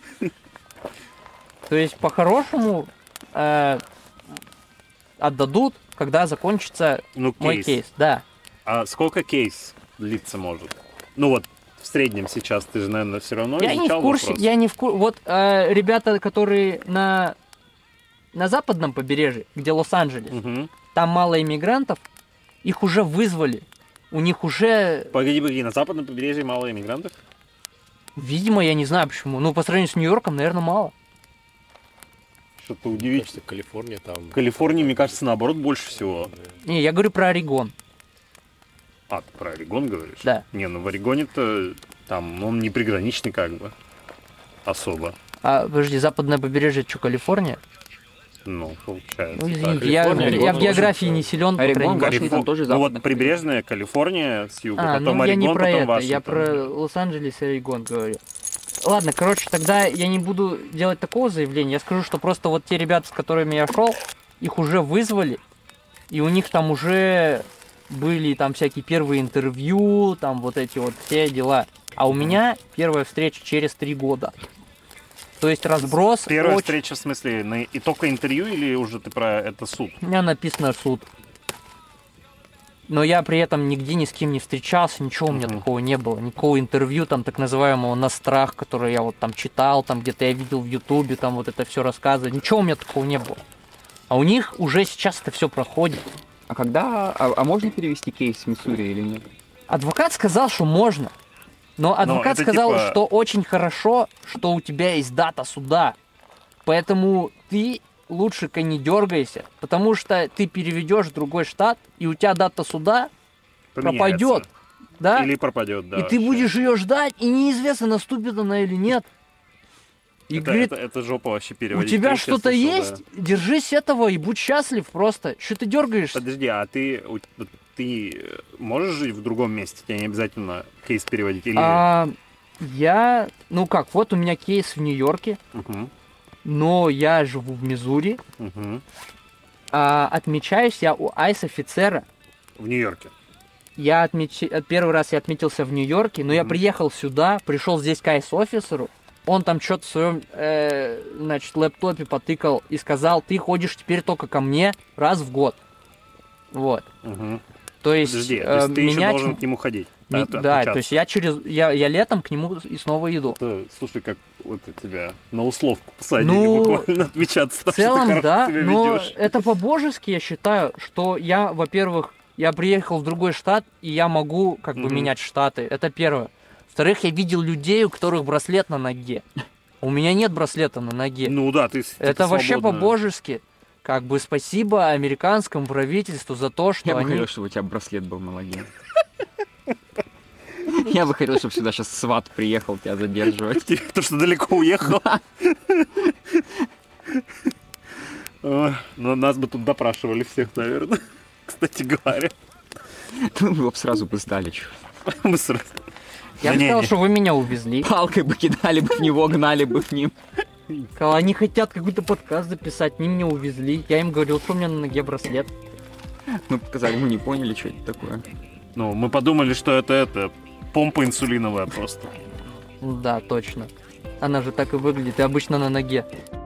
То есть, по-хорошему, э, отдадут, когда закончится Ну, мой кейс. кейс. Да. А сколько кейс длиться может? Ну вот, в среднем сейчас ты же, наверное, все равно Я не изучал в курсе, вопрос. я не в курсе. Вот э, ребята, которые на, на западном побережье, где Лос-Анджелес, Мгм. там мало иммигрантов, их уже вызвали. У них уже, Погоди, погоди, на западном побережье мало иммигрантов? видимо, я не знаю почему, ну, по сравнению с Нью-Йорком, наверное, мало. Что-то Мне удивительно. кажется, Калифорния там... В Калифорнии, мне кажется, наоборот, больше всего. Не, я говорю про Орегон. А, ты про Орегон говоришь? Да. Не, ну в Орегоне-то там, ну, он не приграничный как бы. Особо. А, подожди, западное побережье, что, Калифорния? Ну, получается. Ну, так. извините, я, Калифорния, я Орегон в географии тоже, не силен, по Орегон, крайней мере. Вашингтон Калифор- тоже Ну западное вот прибрежная Калифорния с юга, А, потом ну я не Орегон, про потом это, Вашингтон. я про Лос-Анджелес и Орегон говорю. Ладно, короче, тогда я не буду делать такого заявления. Я скажу, что просто вот те ребята, с которыми я шел, их уже вызвали, и у них там уже были там всякие первые интервью, там вот эти вот все дела. А у меня первая встреча через три года. То есть разброс Первая очень- встреча, в смысле, на... и только интервью или уже ты про это суд? У меня написано суд. Но я при этом нигде ни с кем не встречался, ничего у меня Мгм. такого не было. Никакого интервью, там, так называемого на страх, которое я вот там читал, там где-то я видел в Ютубе, там вот это все рассказывать. Ничего у меня такого не было. А у них уже сейчас это все проходит. А когда... А, а можно перевести кейс в Миссури или нет? Адвокат сказал, что можно. Но адвокат это сказал, типа- что очень хорошо, что у тебя есть дата суда. Поэтому ты лучше-ка не дергайся, потому что ты переведешь в другой штат, и у тебя дата суда Поменяется. пропадет. Да? Или пропадет, да. и ты вообще. будешь ее ждать, и неизвестно, наступит она или нет. И это, говорит, это, это жопа вообще у переводить. тебя Я что-то слышал, есть? да. Держись этого и будь счастлив просто. Что ты дергаешься? Подожди, а ты, у- вот ты можешь жить в другом месте? Тебе не обязательно кейс переводить? Или... А, я, ну как, вот у меня кейс в Нью-Йорке, Мгм, но я живу в Миссури. мгм. А, отмечаюсь я у айс-офицера. В Нью-Йорке. Я отмеч... э, Первый раз я отметился в Нью-Йорке, но я Мгм. приехал сюда, пришел здесь к айс-офицеру. Он там что-то в своем, э, значит, лэптопе потыкал и сказал, ты ходишь теперь только ко мне раз в год. Вот. Мгм. То есть, Подожди, то э, есть ты еще меня должен ч- к нему ходить? ми- от- да, отмечаться? то есть я через, я, я летом к нему и снова иду. Да, слушай, как вот тебя на условку посадили Ну, буквально отмечаться. В так что ты целом, хорошо да, себя но ведёшь. это по-божески, я считаю, что я, во-первых, я приехал в другой штат, и я могу как бы Мгм. менять штаты. Это первое. Во-вторых, я видел людей, у которых браслет на ноге. У меня нет браслета на ноге. Ну да, ты с- Это ты вообще свободная. по-божески. Как бы спасибо американскому правительству за то, что Я бы они... хотел, чтобы у тебя браслет был на ноге. Я бы хотел, чтобы сюда сейчас сват приехал тебя задерживать. Ты то, что далеко уехал. Ой, ну, нас бы тут допрашивали всех, наверное. Кстати говоря. Ну, его бы сразу бы сдали. чё. Мы сразу... Я бы Не-не-не. сказал, что вы меня увезли. Палкой бы кидали бы в него, гнали бы к ним. Сказал, они хотят какой-то подкаст записать, они меня увезли. Я им говорил, что у меня на ноге браслет. Мы показали, мы не поняли, что это такое. Ну, мы подумали, что это это помпа инсулиновая просто. Да, точно. Она же так и выглядит, и обычно на ноге.